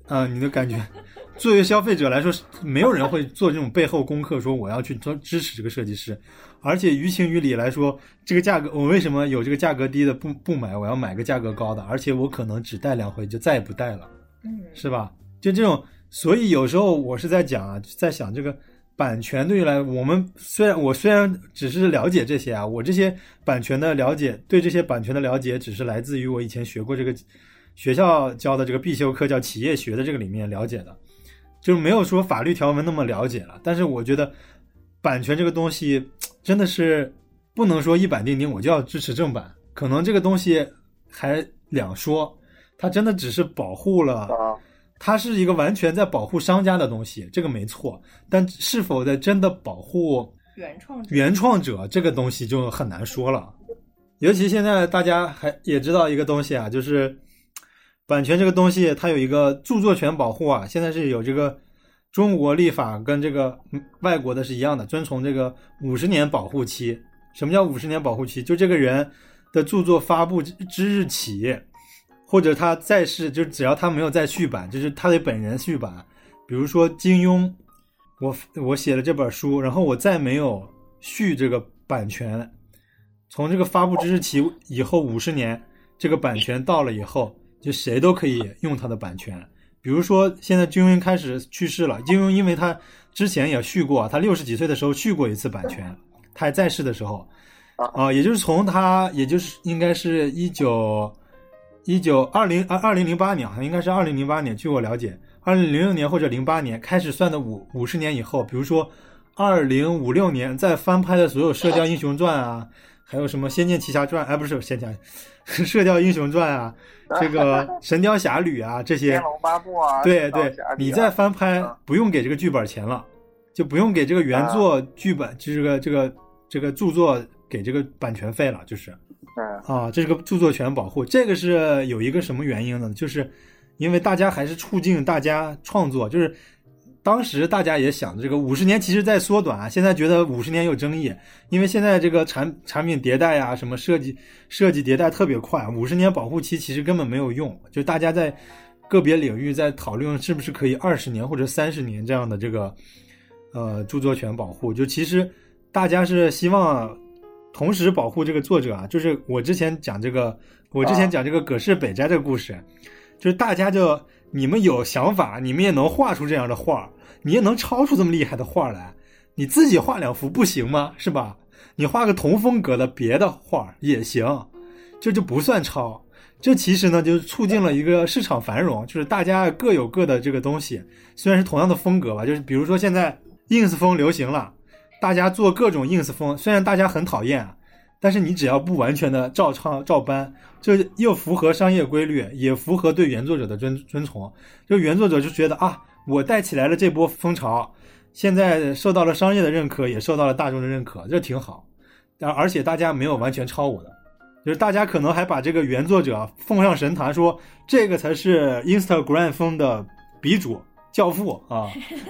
啊、你的感觉，作为消费者来说，没有人会做这种背后功课，说我要去做支持这个设计师。而且于情于理来说，这个价格我为什么有这个价格低的不不买，我要买个价格高的，而且我可能只戴两回就再也不戴了， 嗯， 是吧？就这种，所以有时候我是在讲啊，在想这个版权对于来，我们虽然我虽然只是了解这些啊，我这些版权的了解，对这些版权的了解，只是来自于我以前学过这个学校教的这个必修课叫企业学的这个里面了解的，就是没有说法律条文那么了解了。但是我觉得版权这个东西真的是不能说一板定钉，我就要支持正版，可能这个东西还两说，它真的只是保护了。它是一个完全在保护商家的东西，这个没错，但是否在真的保护原创者原创者这个东西就很难说了。尤其现在大家还也知道一个东西啊，就是版权这个东西它有一个著作权保护啊，现在是有这个中国立法跟这个外国的是一样的，遵从这个五十年保护期。什么叫五十年保护期？就这个人的著作发布之日起，或者他在世，就只要他没有再续版，就是他的本人续版。比如说金庸，我我写了这本书，然后我再没有续这个版权，从这个发布之日起以后五十年，这个版权到了以后，就谁都可以用他的版权。比如说现在金庸开始去世了，金庸因为他之前也续过，他六十几岁的时候续过一次版权，他还在世的时候啊、呃，也就是从他也就是应该是一九一九二零二零零八年，好像应该是二零零八年，据我了解，二零零六年或者零八年开始算的五五十年以后，比如说二零五六年再翻拍的所有《射雕英雄传》啊，还有什么《仙剑奇侠传》，哎，不是《仙剑》，《射雕英雄传》啊，这个《神雕侠侣》啊，这些， 天龙八部啊， 对对， 啊、 你再翻拍不用给这个剧本钱了，就不用给这个原作剧本，就这个这个这个著作给这个版权费了，就是。啊，这是个著作权保护，这个是有一个什么原因呢？就是因为大家还是促进大家创作，就是当时大家也想这个五十年其实在缩短啊，现在觉得五十年有争议，因为现在这个产产品迭代啊，什么设计设计迭代特别快，五十年保护期其实根本没有用，就大家在个别领域在讨论是不是可以二十年或者三十年这样的这个呃著作权保护，就其实大家是希望同时保护这个作者啊，就是我之前讲这个，我之前讲这个葛饰北斋这个故事，就是大家就你们有想法，你们也能画出这样的画，你也能抄出这么厉害的画来，你自己画两幅不行吗？是吧？你画个同风格的别的画也行，这就不算抄。这其实呢，就促进了一个市场繁荣，就是大家各有各的这个东西，虽然是同样的风格吧，就是比如说现在 ins 风流行了。大家做各种 ins 风，虽然大家很讨厌啊，但是你只要不完全的照抄照搬，就又符合商业规律，也符合对原作者的尊尊崇。就原作者就觉得啊，我带起来了这波风潮，现在受到了商业的认可，也受到了大众的认可，这挺好。而且大家没有完全抄我的，就是大家可能还把这个原作者奉上神坛，说这个才是 Instagram 风的鼻祖教父啊。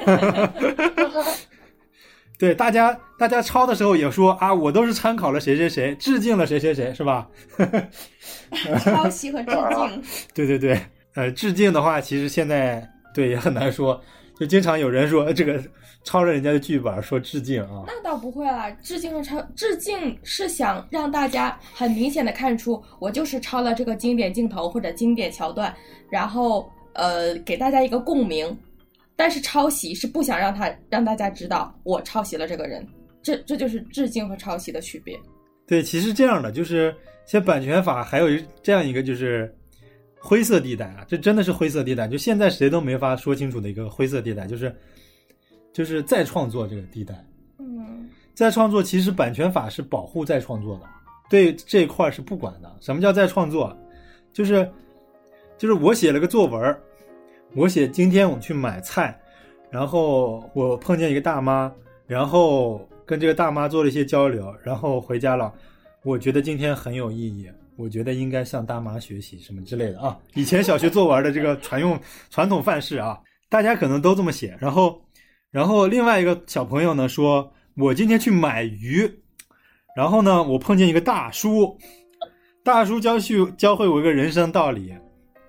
对，大家大家抄的时候也说啊，我都是参考了谁谁谁，致敬了谁谁谁，是吧？ 抄袭和致敬。 对对对，呃，致敬的话，其实现在对也很难说，就经常有人说这个抄了人家的剧本，说致敬啊。 那倒不会啦，致敬和抄，致敬是想让大家很明显的看出，我就是抄了这个经典镜头或者经典桥段，然后呃，给大家一个共鸣。但是抄袭是不想让他让大家知道我抄袭了这个人，这这就是致敬和抄袭的区别。 对，其实这样的就是像版权法还有这样一个就是灰色地带啊，这真的是灰色地带，就现在谁都没法说清楚的一个灰色地带，就是就是再创作这个地带。 嗯， 再创作其实版权法是保护再创作的，对这一块是不管的。什么叫再创作？就是就是我写了个作文。我写今天我去买菜，然后我碰见一个大妈，然后跟这个大妈做了一些交流，然后回家了。我觉得今天很有意义，我觉得应该向大妈学习什么之类的啊。以前小学作文的这个传用传统范式啊，大家可能都这么写。然后，然后另外一个小朋友呢说，我今天去买鱼，然后呢我碰见一个大叔，大叔教去教会我一个人生道理。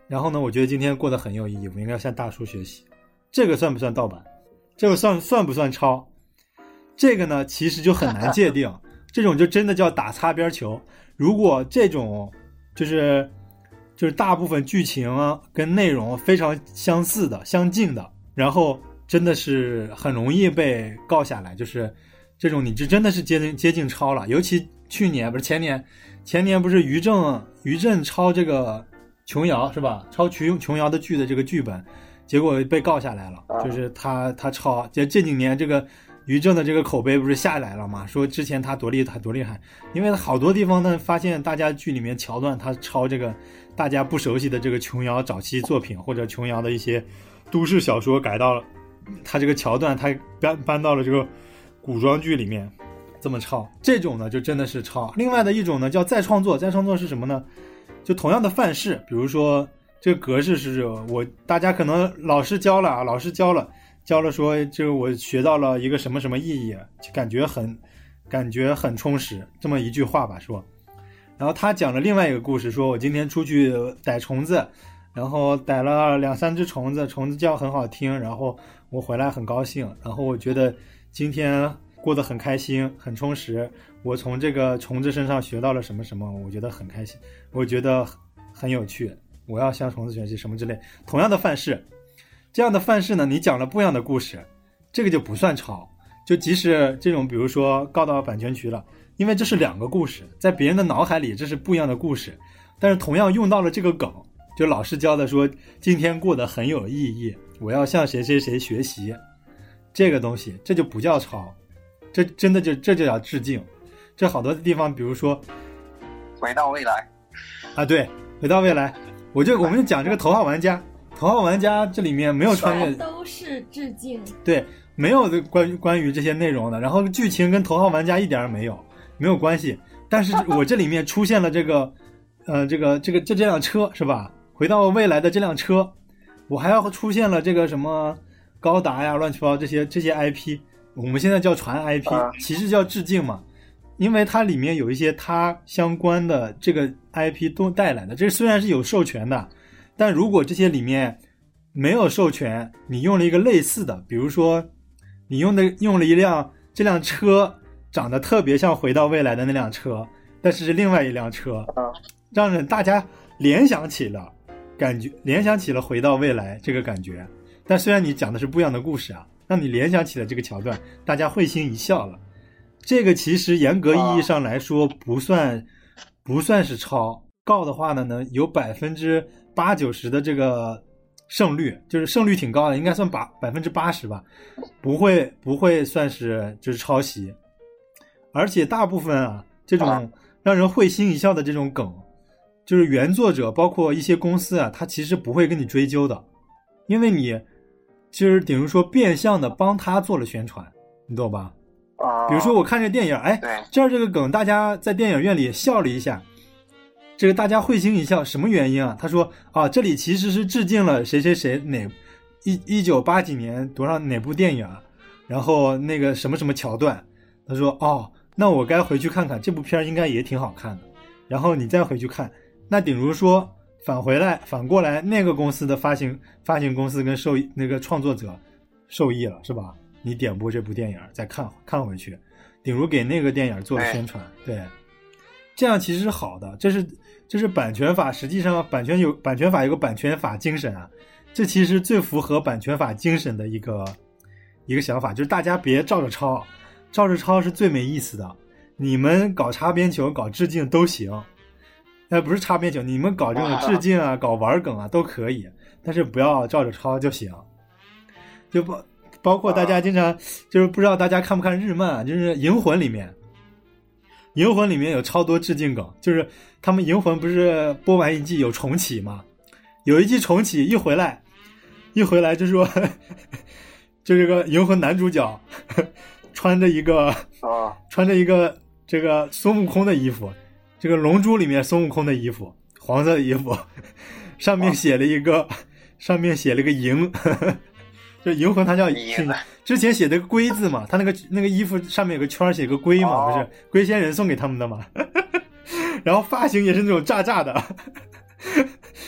然后呢，我觉得今天过得很有意义，我应该向大叔学习。这个算不算盗版？这个算算不算抄？这个呢，其实就很难界定。这种就真的叫打擦边球。如果这种就是就是大部分剧情啊跟内容非常相似的、相近的，然后真的是很容易被告下来。就是这种你这真的是接近接近抄了。尤其去年不是前年，前年不是于正于正抄这个琼瑶是吧？抄琼琼瑶的剧的这个剧本。结果被告下来了，就是他他抄，这这几年这个于正的这个口碑不是下来了嘛？说之前他多厉害多厉害，因为好多地方呢发现大家剧里面桥段他抄这个大家不熟悉的这个琼瑶早期作品或者琼瑶的一些都市小说改到了他这个桥段，他搬搬到了这个古装剧里面这么抄，这种呢就真的是抄。另外的一种呢叫再创作，再创作是什么呢？就同样的范式，比如说。这个格式是我大家可能老师教了啊，老师教了教了说这个我学到了一个什么什么意义，就感觉很感觉很充实，这么一句话吧说。然后他讲了另外一个故事，说我今天出去逮虫子，然后逮了两三只虫子，虫子叫很好听，然后我回来很高兴，然后我觉得今天过得很开心很充实，我从这个虫子身上学到了什么什么，我觉得很开心，我觉得很有趣，我要向虫子学习什么之类。同样的范式，这样的范式呢，你讲了不一样的故事，这个就不算抄。就即使这种比如说告到版权局了，因为这是两个故事，在别人的脑海里这是不一样的故事，但是同样用到了这个梗，就老师教的说今天过得很有意义，我要向谁谁谁学习，这个东西这就不叫抄，这真的就这就叫致敬。这好多地方比如说回到未来啊，对，回到未来，我就我们就讲这个头号玩家，头号玩家这里面没有穿越， 都是致敬， 对，没有的关于关于这些内容的，然后剧情跟头号玩家一点没有没有关系，但是我这里面出现了这个呃这个这个这这辆车是吧？回到未来的这辆车，我还要出现了这个什么高达呀乱七八糟这些这些 I P， 我们现在叫传 I P， 其实叫致敬嘛。因为它里面有一些它相关的这个 I P 都带来的，这虽然是有授权的，但如果这些里面没有授权，你用了一个类似的，比如说你用的用了一辆这辆车长得特别像回到未来的那辆车，但是是另外一辆车，让人大家联想起了感觉，联想起了回到未来这个感觉。但虽然你讲的是不一样的故事啊，让你联想起了这个桥段，大家会心一笑了。这个其实严格意义上来说不算不算是抄，告的话呢呢有百分之八九十的这个胜率，就是胜率挺高的，应该算八百分之八十吧，不会不会算是就是抄袭。而且大部分啊这种让人会心一笑的这种梗，就是原作者包括一些公司啊，他其实不会跟你追究的，因为你就是等于说变相的帮他做了宣传，你懂吧？比如说我看这电影，哎，这儿这个梗大家在电影院里笑了一下，这个大家会心一笑，什么原因啊？他说啊，这里其实是致敬了谁谁谁哪一一九八几年多少哪部电影，然后那个什么什么桥段，他说哦，那我该回去看看，这部片应该也挺好看的，然后你再回去看，那顶如说返回来反过来那个公司的发行发行公司跟受益那个创作者受益了是吧？你点播这部电影再看看回去，顶如给那个电影做了宣传，对，这样其实是好的，这是这是版权法，实际上版权有版权法有个版权法精神啊，这其实最符合版权法精神的一个一个想法，就是大家别照着抄，照着抄是最没意思的，你们搞擦边球搞致敬都行，哎，不是擦边球，你们搞这种致敬啊搞玩梗啊都可以，但是不要照着抄就行，就不包括大家经常就是不知道大家看不看日漫啊，就是银魂里面银魂里面有超多致敬梗，就是他们银魂不是播完一季有重启吗？有一季重启一回来一回来就说就这个银魂男主角穿着一个穿着一个这个孙悟空的衣服，这个龙珠里面孙悟空的衣服，黄色的衣服，上面写了一个上面写了一个银就银魂它叫之前写的个龟字嘛，他那个那个衣服上面有个圈写个龟嘛，不是龟仙人送给他们的嘛然后发型也是那种炸炸的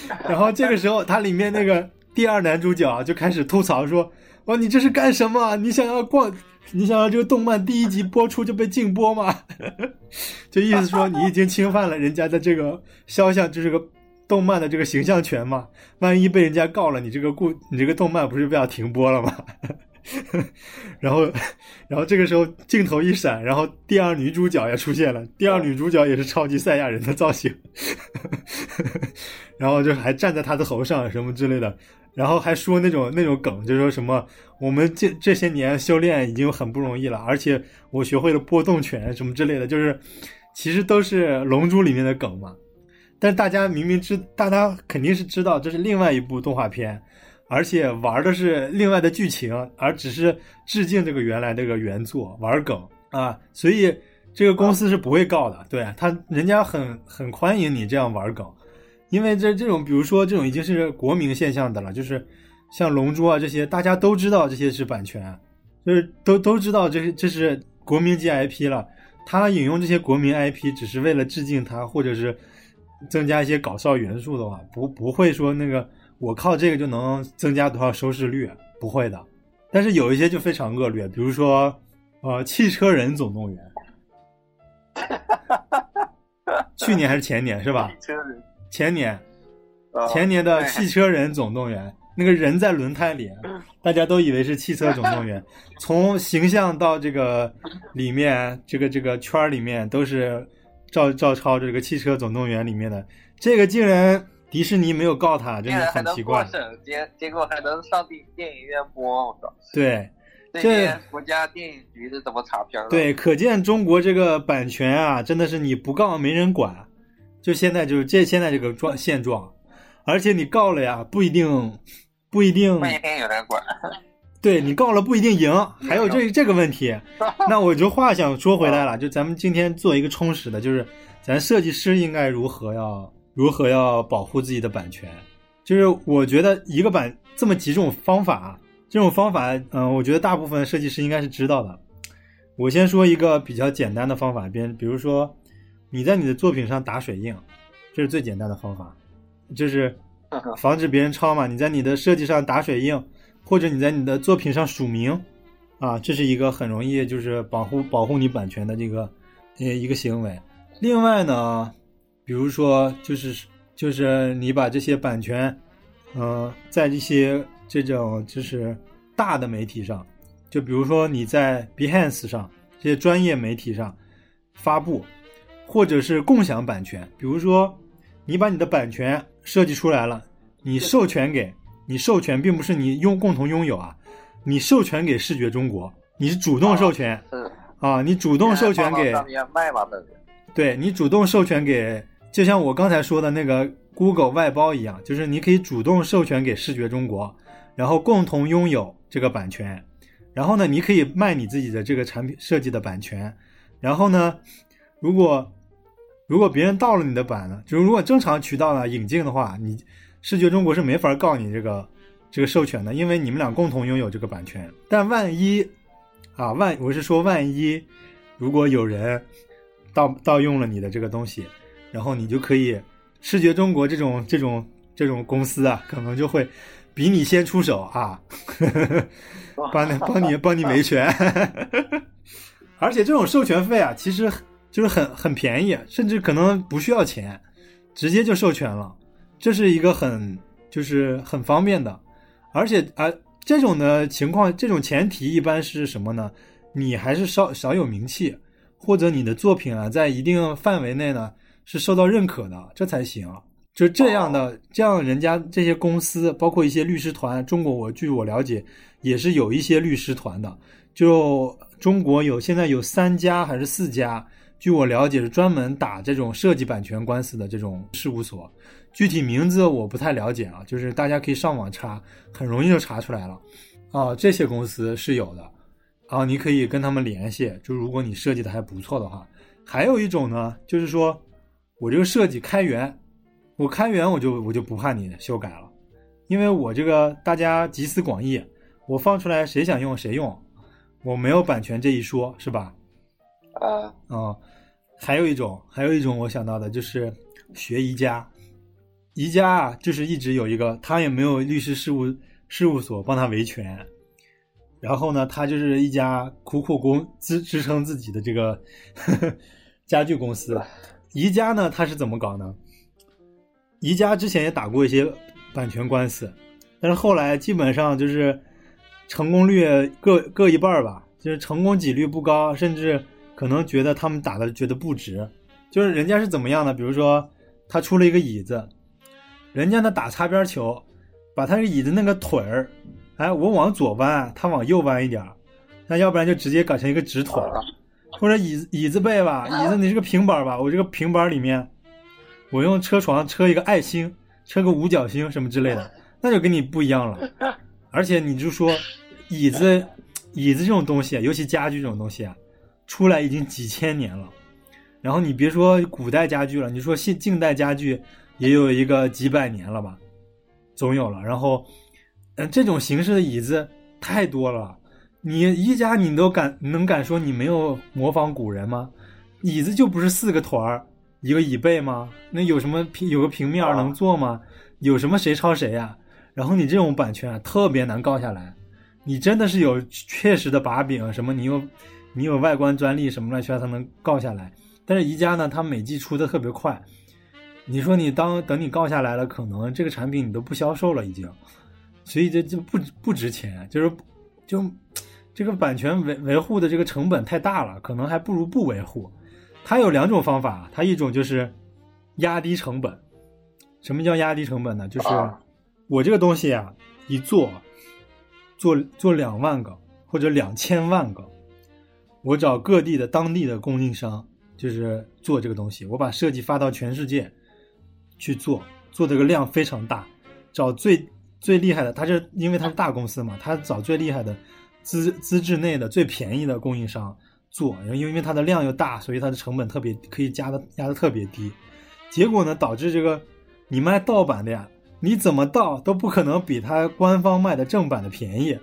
然后这个时候，它里面那个第二男主角就开始吐槽说：“哦，你这是干什么？你想要逛，你想要这个动漫第一集播出就被禁播吗？”就意思说你已经侵犯了人家的这个肖像，就是个动漫的这个形象权嘛。万一被人家告了，你这个故你这个动漫不是被要停播了吗？然后，然后这个时候镜头一闪，然后第二女主角也出现了。第二女主角也是超级赛亚人的造型，然后就还站在他的头上什么之类的，然后还说那种那种梗，就说什么我们这这些年修炼已经很不容易了，而且我学会了波动拳什么之类的，就是其实都是龙珠里面的梗嘛。但是大家明明知，大家肯定是知道这是另外一部动画片。而且玩的是另外的剧情，而只是致敬这个原来这个原作玩梗啊，所以这个公司是不会告的，对他人家很很欢迎你这样玩梗，因为这这种比如说这种已经是国民现象的了，就是像龙珠啊这些大家都知道这些是版权，就是都都知道这这是国民级 I P 了，他引用这些国民 I P 只是为了致敬他，或者是增加一些搞笑元素的话，不不会说那个我靠这个就能增加多少收视率，不会的。但是有一些就非常恶劣，比如说呃汽车人总动员去年还是前年是吧？ 汽车人前年哦前年的汽车人总动员，那个人在轮胎里，大家都以为是汽车总动员，从形象到这个里面这个这个圈里面都是照照抄这个汽车总动员里面的，这个竟然迪士尼没有告他，真的很奇怪。 竟然还能过审，结结果还能上电电影院播，我操！ 对， 这些国家电影局是怎么查片的？ 对，可见中国这个版权啊，真的是你不告没人管，就现在就是这现在这个状现状，而且你告了呀，不一定不一定不一定有人管。 对你告了不一定赢，还有这这个问题。那我就话想说回来了，就咱们今天做一个充实的，就是咱设计师应该如何要如何要保护自己的版权。就是我觉得一个版这么几种方法，这种方法嗯，我觉得大部分设计师应该是知道的。我先说一个比较简单的方法，比比如说你在你的作品上打水印，这是最简单的方法，就是防止别人抄嘛。你在你的设计上打水印，或者你在你的作品上署名啊，这是一个很容易就是保护保护你版权的这个呃一个行为。另外呢，比如说就是就是你把这些版权呃在一些这种就是大的媒体上，就比如说你在 Behance 上这些专业媒体上发布，或者是共享版权，比如说你把你的版权设计出来了，你授权给你授权并不是你用共同拥有啊，你授权给视觉中国，你是主动授权、 哦、 啊，你主动授权给卖嘛的， 对，你主动授权给，就像我刚才说的那个 Google 外包一样，就是你可以主动授权给视觉中国，然后共同拥有这个版权，然后呢，你可以卖你自己的这个产品设计的版权，然后呢，如果如果别人盗了你的版呢，就是如果正常渠道呢引进的话，你视觉中国是没法告你这个这个授权的，因为你们俩共同拥有这个版权。但万一啊，万我是说万一如果有人盗盗用了你的这个东西，然后你就可以视觉中国这种这种这种公司啊，可能就会比你先出手啊，帮你帮你帮你维权。而且这种授权费啊，其实就是很很便宜，甚至可能不需要钱，直接就授权了。这是一个很就是很方便的，而且啊，这种的情况，这种前提一般是什么呢？你还是少少有名气，或者你的作品啊，在一定范围内呢是受到认可的，这才行。就这样的，这样人家这些公司，包括一些律师团，中国我据我了解也是有一些律师团的。就中国有现在有三家还是四家，据我了解是专门打这种设计版权官司的这种事务所。具体名字我不太了解啊，就是大家可以上网查，很容易就查出来了。啊，这些公司是有的，啊，你可以跟他们联系，就如果你设计的还不错的话。还有一种呢，就是说我这个设计开源，我开源我就我就不怕你修改了，因为我这个大家集思广益，我放出来谁想用谁用，我没有版权这一说，是吧？ 啊， 嗯，还有一种，还有一种我想到的就是学宜家。 宜家啊，就是一直有一个，他也没有律师事务事务所帮他维权，然后呢，他就是一家苦苦公支支撑自己的这个呵呵家具公司。宜家呢，他是怎么搞呢？宜家之前也打过一些版权官司，但是后来基本上就是成功率各各一半吧，就是成功几率不高，甚至可能觉得他们打的觉得不值。就是人家是怎么样的？比如说他出了一个椅子，人家呢打擦边球，把他这个椅子那个腿儿，哎，我往左弯，他往右弯一点，那要不然就直接改成一个直腿，或者椅子椅子背吧，椅子你是个平板吧，我这个平板里面我用车床车一个爱心，车个五角星什么之类的，那就跟你不一样了。而且你就说椅子椅子这种东西，尤其家具这种东西啊，出来已经几千年了。然后你别说古代家具了，你说近近代家具也有一个几百年了吧，总有了。然后嗯，这种形式的椅子太多了，你宜家你都敢能敢说你没有模仿古人吗？椅子就不是四个腿儿一个椅背吗？那有什么平有个平面能做吗？有什么谁抄谁呀？然后你这种版权啊特别难告下来，你真的是有确实的把柄，什么你有你有外观专利什么乱七八糟才能告下来。但是宜家呢，它每季出的特别快，你说你当等你告下来了，可能这个产品你都不销售了已经，所以这就不不值钱，就是就这个版权维维护的这个成本太大了，可能还不如不维护。它有两种方法，它一种就是压低成本。什么叫压低成本呢？就是我这个东西啊，一做做做两万个或者两千万个，我找各地的当地的供应商。就是做这个东西，我把设计发到全世界去做，做这个量非常大，找最最厉害的，他是因为他是大公司嘛，他找最厉害的资资质内的最便宜的供应商做，因为它的量又大，所以它的成本特别可以加的压的特别低。结果呢，导致这个你卖盗版的呀，你怎么盗都不可能比他官方卖的正版的便宜，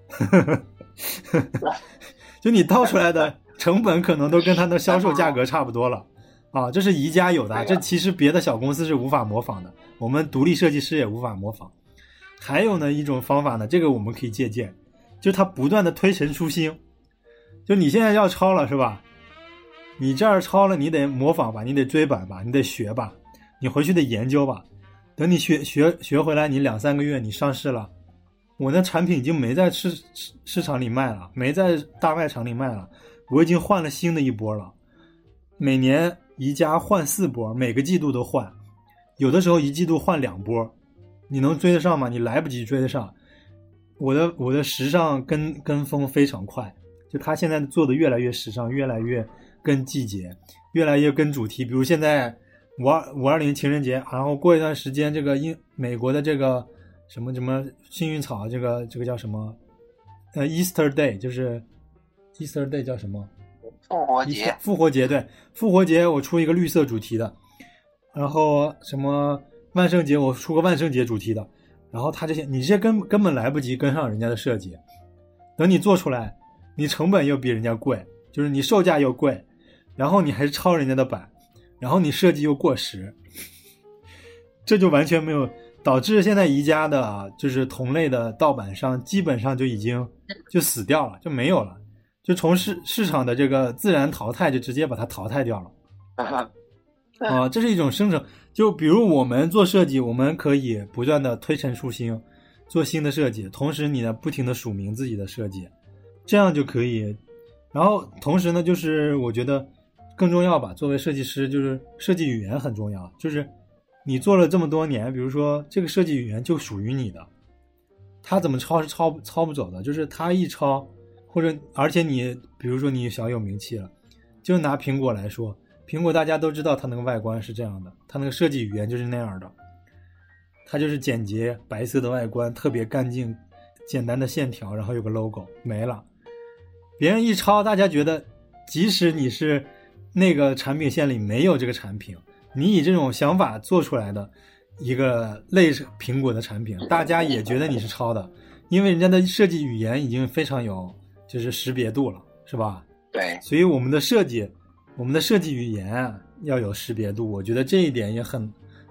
就你盗出来的。成本可能都跟它的销售价格差不多了啊，这是宜家有的，这其实别的小公司是无法模仿的，我们独立设计师也无法模仿。还有呢一种方法呢，这个我们可以借鉴，就是它不断的推陈出新。就你现在要抄了是吧？你这儿抄了，你得模仿吧，你得追版吧，你得学吧，你回去得研究吧。等你学学学回来，你两三个月你上市了，我的产品已经没在市市场里卖了，没在大卖场里卖了。我已经换了新的一波了，每年宜家换四波，每个季度都换，有的时候一季度换两波，你能追得上吗？你来不及追得上。我的我的时尚跟跟风非常快，就他现在做的越来越时尚，越来越跟季节，越来越跟主题。比如现在五二五二零情人节，然后过一段时间这个英美国的这个什么什么幸运草，这个这个叫什么？呃 ，Easter Day 就是。Easter Day 叫什么？ 复活节。 复活节对，复活节我出一个绿色主题的，然后什么万圣节我出个万圣节主题的，然后他这些你这些根根本来不及跟上人家的设计，等你做出来，你成本又比人家贵，就是你售价又贵，然后你还是抄人家的版，然后你设计又过时，这就完全没有。导致现在宜家的就是同类的盗版商基本上就已经就死掉了，就没有了。就从市市场的这个自然淘汰，就直接把它淘汰掉了。啊、呃，这是一种生成。就比如我们做设计，我们可以不断的推陈出新，做新的设计，同时你呢不停的署名自己的设计，这样就可以。然后同时呢，就是我觉得更重要吧，作为设计师，就是设计语言很重要。就是你做了这么多年，比如说这个设计语言就属于你的，他怎么抄是抄抄不走的，就是他一抄。或者而且你比如说你小有名气了，就拿苹果来说，苹果大家都知道它那个外观是这样的，它那个设计语言就是那样的，它就是简洁白色的外观，特别干净简单的线条，然后有个 logo 没了。别人一抄，大家觉得即使你是那个产品线里没有这个产品，你以这种想法做出来的一个类苹果的产品，大家也觉得你是抄的，因为人家的设计语言已经非常有就是识别度了，是吧？ 对， 所以我们的设计，我们的设计语言要有识别度，我觉得这一点也很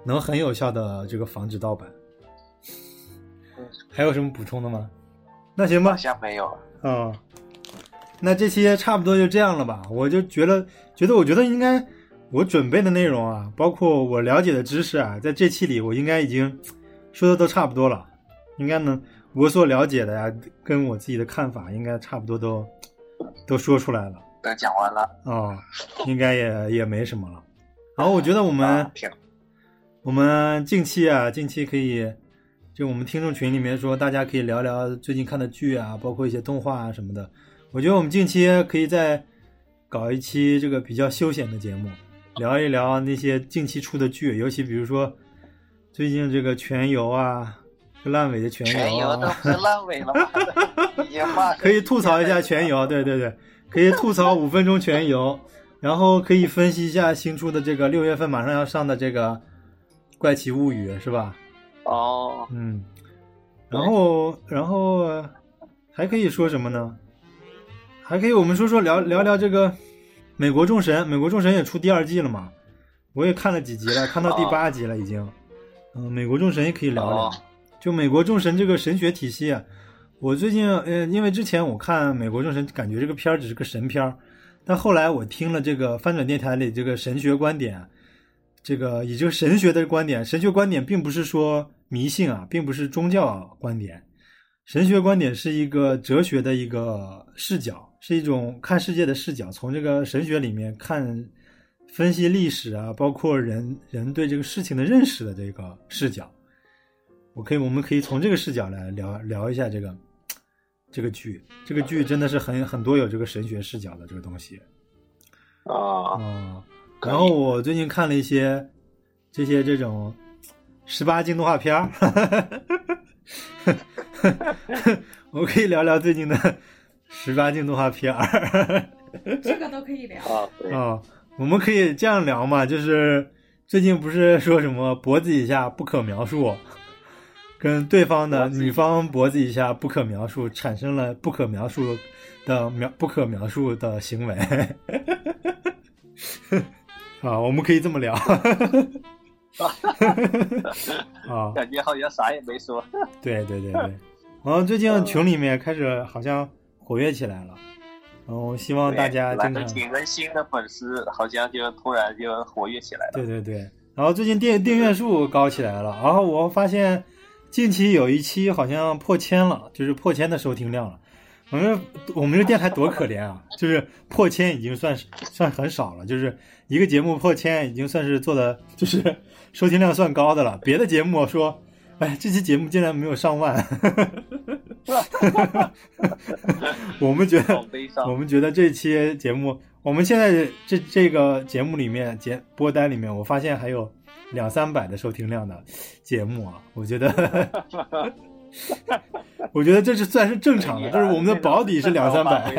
能很有效的这个防止盗版。还有什么补充的吗？那行吧， 好像没有了。 哦，那这期差不多就这样了吧？我就觉得，觉得我觉得应该我准备的内容啊，包括我了解的知识啊，在这期里我应该已经说的都差不多了，应该能我所了解的呀，跟我自己的看法应该差不多都都说出来了。 都讲完了。 哦，应该也也没什么了。然后我觉得我们、 啊、挺我们近期啊，近期可以。就我们听众群里面说，大家可以聊聊最近看的剧啊，包括一些动画啊什么的。我觉得我们近期可以再搞一期这个比较休闲的节目，聊一聊那些近期出的剧，尤其比如说最近这个全游啊，烂尾的全游、啊， 全游都不是烂尾了吗？已经骂可以吐槽一下全游，对对对，可以吐槽五分钟全游，然后可以分析一下新出的这个六月份马上要上的这个《怪奇物语》，是吧？ 哦， 嗯，然后然后还可以说什么呢？还可以我们说说聊聊聊这个美国众神，美国众神也出第二季了嘛？我也看了几集了，看到第八集了已经。嗯、呃，美国众神也可以聊聊。 哦、 就美国众神这个神学体系啊，我最近呃，因为之前我看美国众神，感觉这个片儿只是个神片儿，但后来我听了这个翻转电台里这个神学观点。这个以这个神学的观点，神学观点并不是说迷信啊，并不是宗教观点，神学观点是一个哲学的一个视角，是一种看世界的视角，从这个神学里面看分析历史啊，包括人人对这个事情的认识的这个视角。我可以，我们可以从这个视角来聊聊一下这个这个剧，这个剧真的是很很多有这个神学视角的这个东西啊。 哦然后我最近看了一些这些这种十八禁动画片儿，我可以聊聊最近的十八禁动画片儿。 这个都可以聊啊。对哦，我们可以这样聊嘛？就是最近不是说什么脖子以下不可描述，跟对方的女方脖子以下不可描述产生了不可描述的描不可描述的行为。啊，我们可以这么聊。啊， 感觉好像啥也没说。 对对对对，然后最近群里面开始好像活跃起来了，然后希望大家经常几个新的粉丝，好像就突然就活跃起来了。 对对对，然后最近订订阅数高起来了，然后我发现近期有一期好像破千了，就是破千的收听量了。我们我们这电台多可怜啊！就是破千已经算是算很少了，就是一个节目破千已经算是做的，就是收听量算高的了。别的节目说，哎，这期节目竟然没有上万，我们觉得我们觉得这期节目，我们现在这这个节目里面节播单里面，我发现还有两三百的收听量的节目啊，我觉得。我觉得这是算是正常的，就是我们的保底是两三百，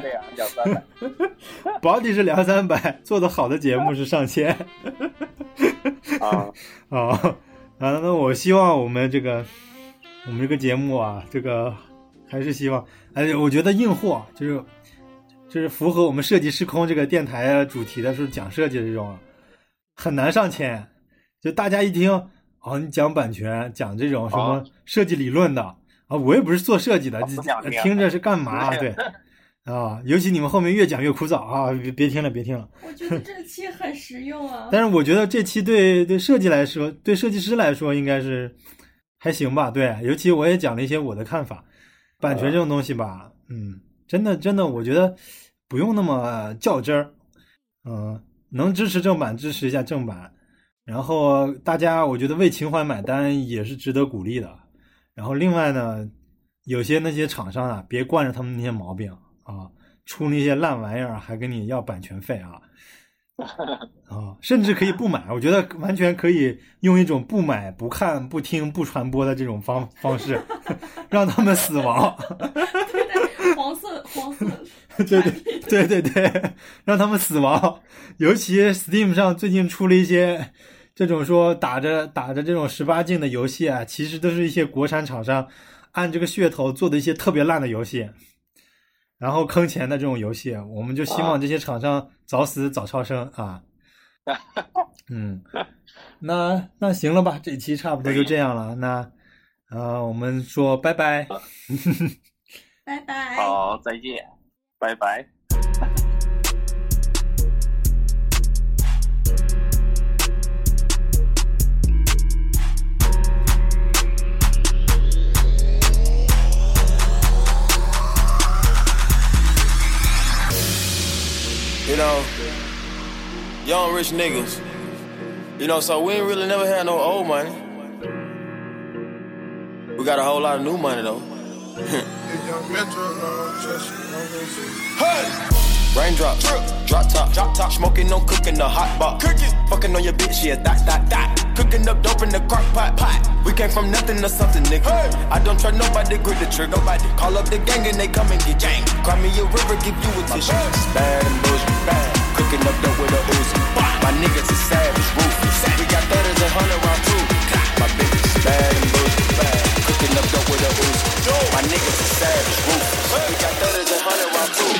保底是两三百，做的好的节目是上千。 啊啊啊！那我希望我们这个我们这个节目啊，这个还是希望，哎，我觉得硬货就是就是符合我们设计师空这个电台主题的，是讲设计的这种，很难上千。就大家一听，哦，你讲版权，讲这种什么设计理论的。啊，我也不是做设计的，听着是干嘛？对，啊，尤其你们后面越讲越枯燥啊，别别听了，别听了。 我觉得这期很实用啊。 但是我觉得这期对对设计来说，对设计师来说应该是还行吧。对，尤其我也讲了一些我的看法，版权这种东西吧，嗯，真的真的，我觉得不用那么较真儿，嗯、呃，能支持正版支持一下正版，然后大家我觉得为情怀买单也是值得鼓励的。然后另外呢，有些那些厂商啊，别惯着他们那些毛病啊，出那些烂玩意儿还跟你要版权费啊，啊，甚至可以不买，我觉得完全可以用一种不买、不看、不听、不传播的这种方方式，让他们死亡。 对对，黄色黄色， 对对对对对，让他们死亡。尤其 Steam 上最近出了一些。这种说打着打着这种十八禁的游戏啊，其实都是一些国产厂商按这个噱头做的一些特别烂的游戏，然后坑钱的这种游戏，我们就希望这些厂商早死早超生啊！ 嗯，那那行了吧，这期差不多就这样了。那呃，我们说拜拜。 拜拜。 好，再见，拜拜。 You know, young rich niggas. You know, so we ain't really never had no old money. We got a whole lot of new money though. Hey! Raindrop, drop top, drop top, smoking, no cooking, the hot box. Cooking, fucking on your bitch, yeah, that, that, that. Cooking up dope in the crock pot, pot. We came from nothing to something, nigga. Hey. I don't try nobody, grip the trigger. Nobody call up the gang and they come and get gang. Cry me a river, give you a tissue. Bad and bullshit, bad. Cooking up dope with a Uzi. My niggas is savage, ruthless. We got thudders and hundred round too. My bitch is bad and bullshit, bad. Cooking up dope with a Uzi. My niggas is savage, ruthless. We got thudders and hundred round too.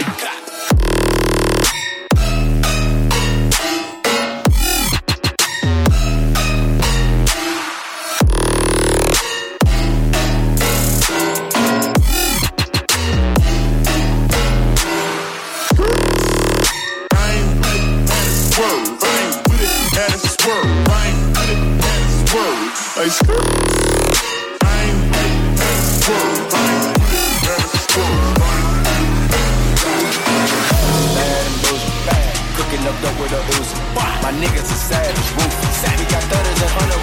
I ain't with it, that's word. I ain't with it, that's word. Bad and bullshit, bad. Cooking up dope with a Uzi. My niggas is savage, ruthless. We got thudders and hundred